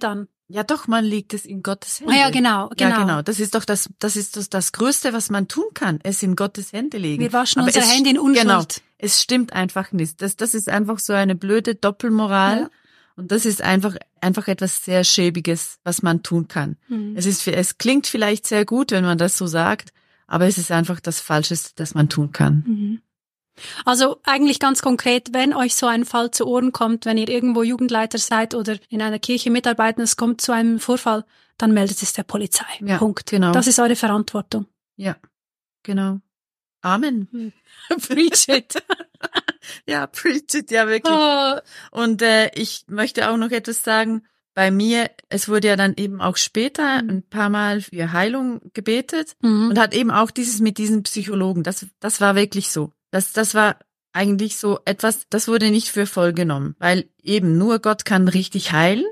Ja, doch, man legt es in Gottes Hände. Ah ja, genau, genau. Ja, genau. Das ist doch das, das ist das, das Größte, was man tun kann, es in Gottes Hände legen. Wir waschen Aber unsere es, Hände in Unschuld. Genau, es stimmt einfach nicht. Das, das ist einfach so eine blöde Doppelmoral. Ja. Und das ist einfach, einfach etwas sehr Schäbiges, was man tun kann. Mhm. Es ist, es klingt vielleicht sehr gut, wenn man das so sagt, aber es ist einfach das Falscheste, das man tun kann. Mhm. Also eigentlich ganz konkret, wenn euch so ein Fall zu Ohren kommt, wenn ihr irgendwo Jugendleiter seid oder in einer Kirche mitarbeiten, es kommt zu einem Vorfall, dann meldet es der Polizei. Ja, Punkt. Genau. Das ist eure Verantwortung. Ja, genau. Amen. Hm. Preach it. Ja, preach it, ja wirklich. Oh. Und äh, ich möchte auch noch etwas sagen. Bei mir, es wurde ja dann eben auch später ein paar Mal für Heilung gebetet mhm. und hat eben auch dieses mit diesen Psychologen, das, das war wirklich so. Das, das war eigentlich so etwas, das wurde nicht für voll genommen, weil eben nur Gott kann richtig heilen.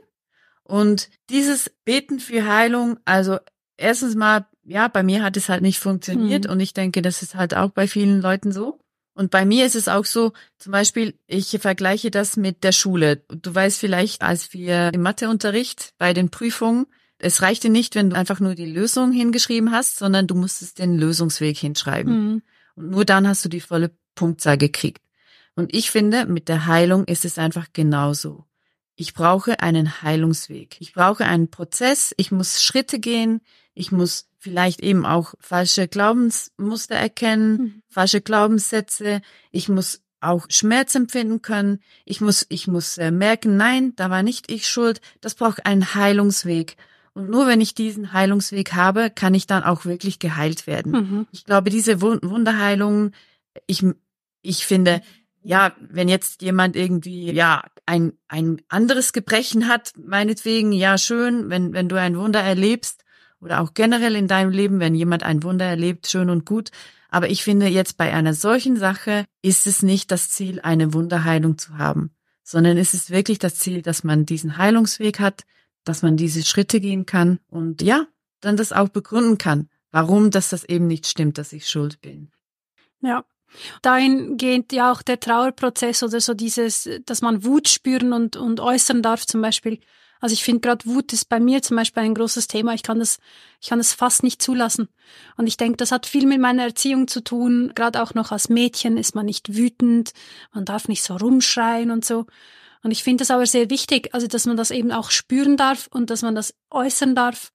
Und dieses Beten für Heilung, also erstens mal, ja, bei mir hat es halt nicht funktioniert mhm. und ich denke, das ist halt auch bei vielen Leuten so. Und bei mir ist es auch so, zum Beispiel, ich vergleiche das mit der Schule. Du weißt vielleicht, als wir im Matheunterricht bei den Prüfungen, es reichte nicht, wenn du einfach nur die Lösung hingeschrieben hast, sondern du musstest den Lösungsweg hinschreiben. Mhm. Und nur dann hast du die volle Punktzahl gekriegt. Und ich finde, mit der Heilung ist es einfach genauso. Ich brauche einen Heilungsweg. Ich brauche einen Prozess. Ich muss Schritte gehen. Ich muss vielleicht eben auch falsche Glaubensmuster erkennen, mhm. falsche Glaubenssätze. Ich muss auch Schmerz empfinden können. Ich muss, ich muss äh, merken, nein, da war nicht ich schuld. Das braucht einen Heilungsweg. Und nur wenn ich diesen Heilungsweg habe, kann ich dann auch wirklich geheilt werden. Mhm. Ich glaube, diese Wunderheilungen, ich, ich finde, ja, wenn jetzt jemand irgendwie, ja, ein, ein anderes Gebrechen hat, meinetwegen, ja, schön, wenn, wenn du ein Wunder erlebst oder auch generell in deinem Leben, wenn jemand ein Wunder erlebt, schön und gut. Aber ich finde, jetzt bei einer solchen Sache ist es nicht das Ziel, eine Wunderheilung zu haben, sondern es ist wirklich das Ziel, dass man diesen Heilungsweg hat, dass man diese Schritte gehen kann und ja, dann das auch begründen kann, warum dass das eben nicht stimmt, dass ich schuld bin. Ja, dahin geht ja auch der Trauerprozess oder so dieses, dass man Wut spüren und, und äußern darf zum Beispiel. Also ich finde gerade Wut ist bei mir zum Beispiel ein großes Thema. Ich kann das, ich kann das fast nicht zulassen. Und ich denke, das hat viel mit meiner Erziehung zu tun. Gerade auch noch als Mädchen ist man nicht wütend, man darf nicht so rumschreien und so. Und ich finde das aber sehr wichtig, also dass man das eben auch spüren darf und dass man das äußern darf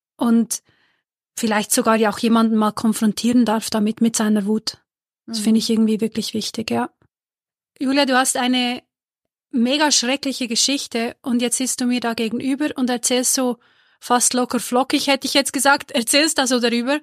und vielleicht sogar ja auch jemanden mal konfrontieren darf damit mit seiner Wut. Das mhm. finde ich irgendwie wirklich wichtig, ja. Julia, du hast eine mega schreckliche Geschichte und jetzt sitzt du mir da gegenüber und erzählst so fast locker flockig, hätte ich jetzt gesagt, erzählst da so darüber.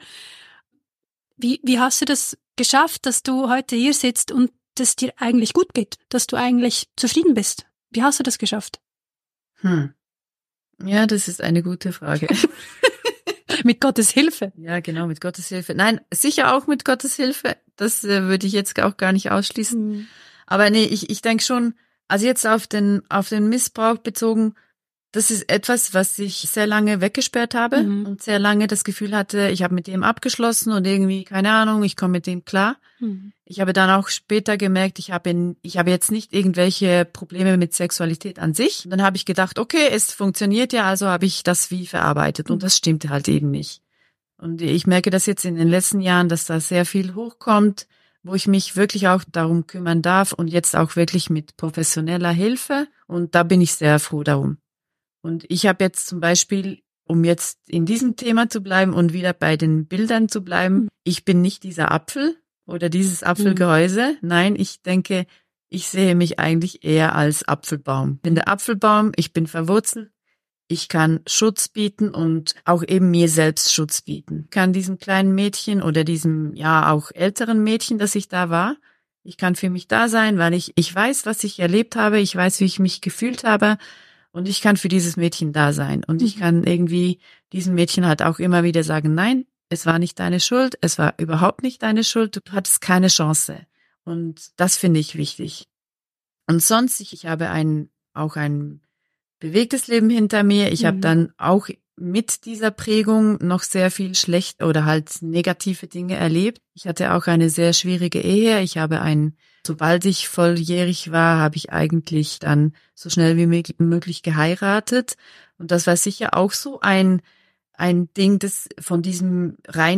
Wie, wie hast du das geschafft, dass du heute hier sitzt und es dir eigentlich gut geht, dass du eigentlich zufrieden bist? Wie hast du das geschafft? Hm. Ja, das ist eine gute Frage. Mit Gottes Hilfe. Ja, genau, mit Gottes Hilfe. Nein, sicher auch mit Gottes Hilfe. Das äh, würde ich jetzt auch gar nicht ausschließen. Mhm. Aber nee, ich, ich denke schon, also jetzt auf den, auf den Missbrauch bezogen, das ist etwas, was ich sehr lange weggesperrt habe mhm. und sehr lange das Gefühl hatte, ich habe mit dem abgeschlossen und irgendwie, keine Ahnung, ich komme mit dem klar. Mhm. Ich habe dann auch später gemerkt, ich habe in, ich habe jetzt nicht irgendwelche Probleme mit Sexualität an sich. Und dann habe ich gedacht, okay, es funktioniert ja, also habe ich das wie verarbeitet. Und das stimmte halt eben nicht. Und ich merke das jetzt in den letzten Jahren, dass da sehr viel hochkommt, wo ich mich wirklich auch darum kümmern darf und jetzt auch wirklich mit professioneller Hilfe. Und da bin ich sehr froh darum. Und ich habe jetzt zum Beispiel, um jetzt in diesem Thema zu bleiben und wieder bei den Bildern zu bleiben, ich bin nicht dieser Apfel oder dieses Apfelgehäuse. Nein, ich denke, ich sehe mich eigentlich eher als Apfelbaum. Ich bin der Apfelbaum, ich bin verwurzelt, ich kann Schutz bieten und auch eben mir selbst Schutz bieten. Ich kann diesem kleinen Mädchen oder diesem, ja, auch älteren Mädchen, das ich da war, ich kann für mich da sein, weil ich, ich weiß, was ich erlebt habe, ich weiß, wie ich mich gefühlt habe. Und ich kann für dieses Mädchen da sein. Und ich kann irgendwie diesem Mädchen halt auch immer wieder sagen, nein, es war nicht deine Schuld, es war überhaupt nicht deine Schuld, du hattest keine Chance. Und das finde ich wichtig. Und sonst, ich, ich habe ein, auch ein bewegtes Leben hinter mir. Ich mhm. habe dann auch mit dieser Prägung noch sehr viel schlecht oder halt negative Dinge erlebt. Ich hatte auch eine sehr schwierige Ehe. Ich habe ein, sobald ich volljährig war, habe ich eigentlich dann so schnell wie möglich geheiratet. Und das war sicher auch so ein, ein Ding des, von diesem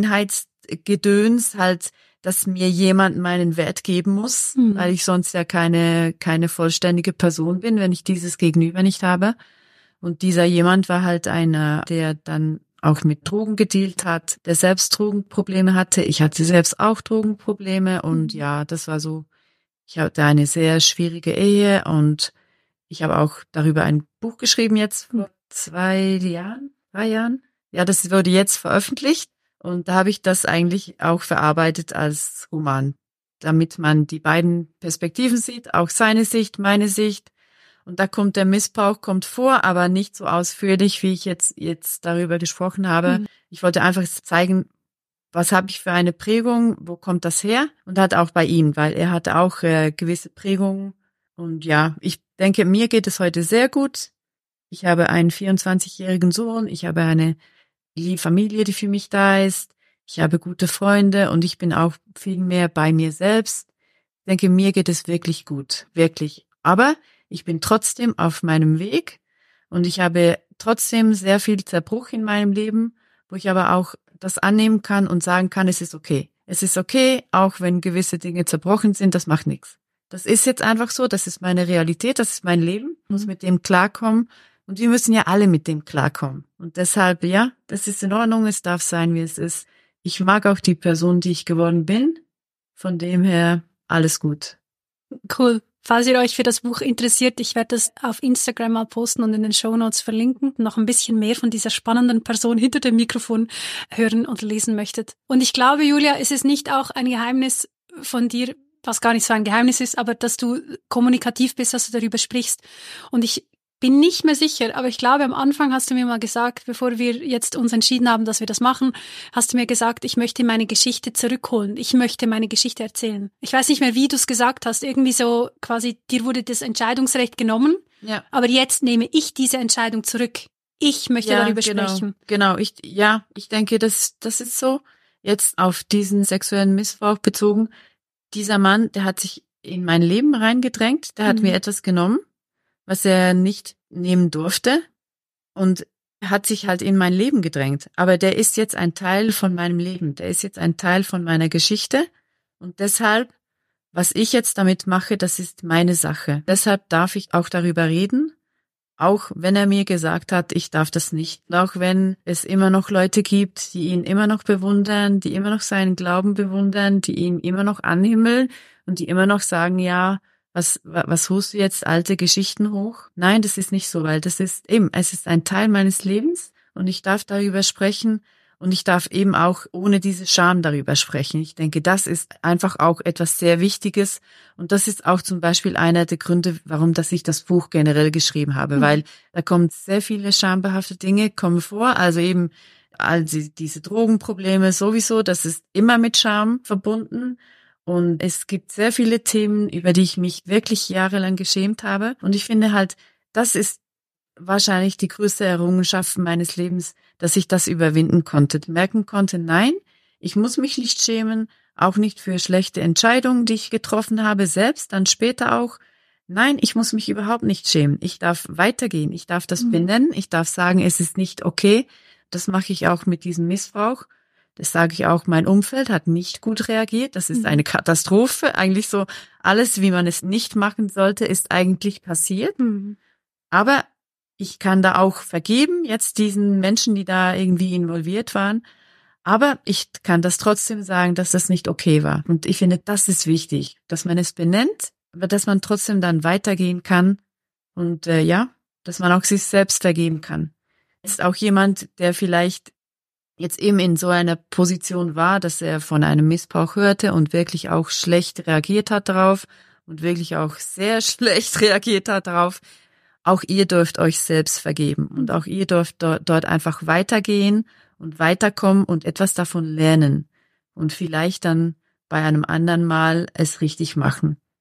Reinheitsgedöns halt, dass mir jemand meinen Wert geben muss, mhm. weil ich sonst ja keine, keine vollständige Person bin, wenn ich dieses Gegenüber nicht habe. Und dieser jemand war halt einer, der dann auch mit Drogen gedealt hat, der selbst Drogenprobleme hatte. Ich hatte selbst auch Drogenprobleme und ja, das war so, ich hatte eine sehr schwierige Ehe und ich habe auch darüber ein Buch geschrieben jetzt vor zwei Jahren, drei Jahren. Ja, das wurde jetzt veröffentlicht und da habe ich das eigentlich auch verarbeitet als Roman, damit man die beiden Perspektiven sieht, auch seine Sicht, meine Sicht. Und da kommt der Missbrauch, kommt vor, aber nicht so ausführlich, wie ich jetzt jetzt darüber gesprochen habe. Mhm. Ich wollte einfach zeigen, was habe ich für eine Prägung, wo kommt das her? Und hat auch bei ihm, weil er hatte auch äh, gewisse Prägungen. Und ja, ich denke, mir geht es heute sehr gut. Ich habe einen vierundzwanzigjährigen Sohn, ich habe eine liebe Familie, die für mich da ist. Ich habe gute Freunde und ich bin auch viel mehr bei mir selbst. Ich denke, mir geht es wirklich gut, wirklich. Aber ich bin trotzdem auf meinem Weg und ich habe trotzdem sehr viel Zerbruch in meinem Leben, wo ich aber auch das annehmen kann und sagen kann, es ist okay. Es ist okay, auch wenn gewisse Dinge zerbrochen sind, das macht nichts. Das ist jetzt einfach so, das ist meine Realität, das ist mein Leben, ich muss mit dem klarkommen und wir müssen ja alle mit dem klarkommen. Und deshalb, ja, das ist in Ordnung, es darf sein, wie es ist. Ich mag auch die Person, die ich geworden bin, von dem her alles gut. Cool. Falls ihr euch für das Buch interessiert, ich werde das auf Instagram mal posten und in den Shownotes verlinken, noch ein bisschen mehr von dieser spannenden Person hinter dem Mikrofon hören und lesen möchtet. Und ich glaube, Julia, es ist nicht auch ein Geheimnis von dir, was gar nicht so ein Geheimnis ist, aber dass du kommunikativ bist, dass du darüber sprichst. Und ich bin nicht mehr sicher, aber ich glaube, am Anfang hast du mir mal gesagt, bevor wir jetzt uns entschieden haben, dass wir das machen, hast du mir gesagt, ich möchte meine Geschichte zurückholen. Ich möchte meine Geschichte erzählen. Ich weiß nicht mehr, wie du es gesagt hast. Irgendwie so quasi, dir wurde das Entscheidungsrecht genommen, ja. aber jetzt nehme ich diese Entscheidung zurück. Ich möchte ja, darüber genau, sprechen. Genau, ich, ja, ich denke, das, das ist so. Jetzt auf diesen sexuellen Missbrauch bezogen. Dieser Mann, der hat sich in mein Leben reingedrängt, der hat mhm. mir etwas genommen, was er nicht nehmen durfte und hat sich halt in mein Leben gedrängt. Aber der ist jetzt ein Teil von meinem Leben, der ist jetzt ein Teil von meiner Geschichte und deshalb, was ich jetzt damit mache, das ist meine Sache. Deshalb darf ich auch darüber reden, auch wenn er mir gesagt hat, ich darf das nicht. Auch wenn es immer noch Leute gibt, die ihn immer noch bewundern, die immer noch seinen Glauben bewundern, die ihn immer noch anhimmeln und die immer noch sagen, ja, Was, was holst du jetzt alte Geschichten hoch? Nein, das ist nicht so, weil das ist eben, es ist ein Teil meines Lebens und ich darf darüber sprechen und ich darf eben auch ohne diese Scham darüber sprechen. Ich denke, das ist einfach auch etwas sehr Wichtiges und das ist auch zum Beispiel einer der Gründe, warum dass ich das Buch generell geschrieben habe, mhm. weil da kommen sehr viele schambehaftete Dinge kommen vor, also eben all die, diese Drogenprobleme sowieso, das ist immer mit Scham verbunden. Und es gibt sehr viele Themen, über die ich mich wirklich jahrelang geschämt habe. Und ich finde halt, das ist wahrscheinlich die größte Errungenschaft meines Lebens, dass ich das überwinden konnte. Merken konnte, nein, ich muss mich nicht schämen, auch nicht für schlechte Entscheidungen, die ich getroffen habe, selbst, dann später auch. Nein, ich muss mich überhaupt nicht schämen. Ich darf weitergehen, ich darf das mhm. benennen, ich darf sagen, es ist nicht okay. Das mache ich auch mit diesem Missbrauch. Das sage ich auch, mein Umfeld hat nicht gut reagiert. Das ist eine Katastrophe. Eigentlich so alles, wie man es nicht machen sollte, ist eigentlich passiert. Mhm. Aber ich kann da auch vergeben, jetzt diesen Menschen, die da irgendwie involviert waren. Aber ich kann das trotzdem sagen, dass das nicht okay war. Und ich finde, das ist wichtig, dass man es benennt, aber dass man trotzdem dann weitergehen kann und äh, ja, dass man auch sich selbst vergeben kann. Jetzt auch jemand, der vielleicht jetzt eben in so einer Position war, dass er von einem Missbrauch hörte und wirklich auch schlecht reagiert hat darauf und wirklich auch sehr schlecht reagiert hat darauf. Auch ihr dürft euch selbst vergeben und auch ihr dürft do- dort einfach weitergehen und weiterkommen und etwas davon lernen und vielleicht dann bei einem anderen Mal es richtig machen.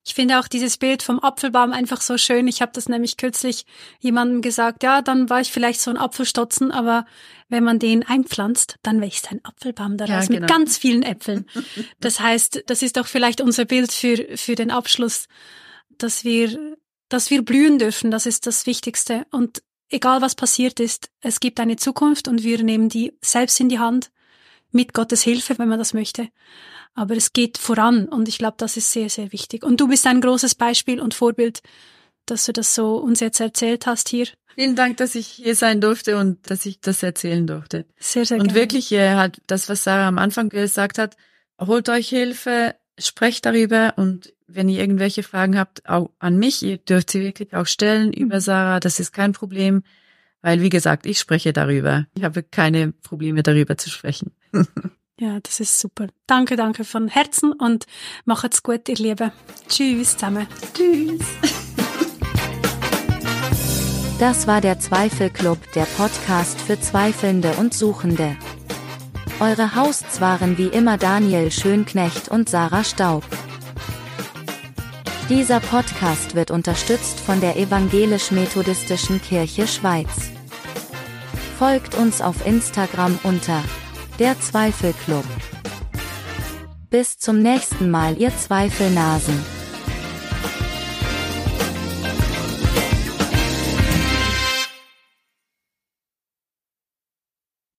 Ich finde auch dieses Bild vom Apfelbaum einfach so schön. Ich habe das nämlich kürzlich jemandem gesagt, ja, dann war ich vielleicht so ein Apfelstotzen, aber wenn man den einpflanzt, dann wächst ein Apfelbaum daraus, ja, genau, mit ganz vielen Äpfeln. Das heißt, das ist doch vielleicht unser Bild für für den Abschluss, dass wir dass wir blühen dürfen, das ist das Wichtigste. Und egal was passiert ist, es gibt eine Zukunft und wir nehmen die selbst in die Hand, mit Gottes Hilfe, wenn man das möchte. Aber es geht voran und ich glaube, das ist sehr, sehr wichtig. Und du bist ein großes Beispiel und Vorbild, dass du das so uns jetzt erzählt hast hier. Vielen Dank, dass ich hier sein durfte und dass ich das erzählen durfte. Sehr, sehr und gerne. Und wirklich äh, halt das, was Sarah am Anfang gesagt hat, holt euch Hilfe, sprecht darüber und wenn ihr irgendwelche Fragen habt, auch an mich, ihr dürft sie wirklich auch stellen mhm. über Sarah, das ist kein Problem, weil wie gesagt, ich spreche darüber. Ich habe keine Probleme darüber zu sprechen. Ja, das ist super. Danke, danke von Herzen und macht's gut, ihr Lieben. Tschüss zusammen. Tschüss. Das war der Zweifelclub, der Podcast für Zweifelnde und Suchende. Eure Hosts waren wie immer Daniel Schönknecht und Sarah Staub. Dieser Podcast wird unterstützt von der Evangelisch-Methodistischen Kirche Schweiz. Folgt uns auf Instagram unter der Zweifelclub. Bis zum nächsten Mal, ihr Zweifelnasen.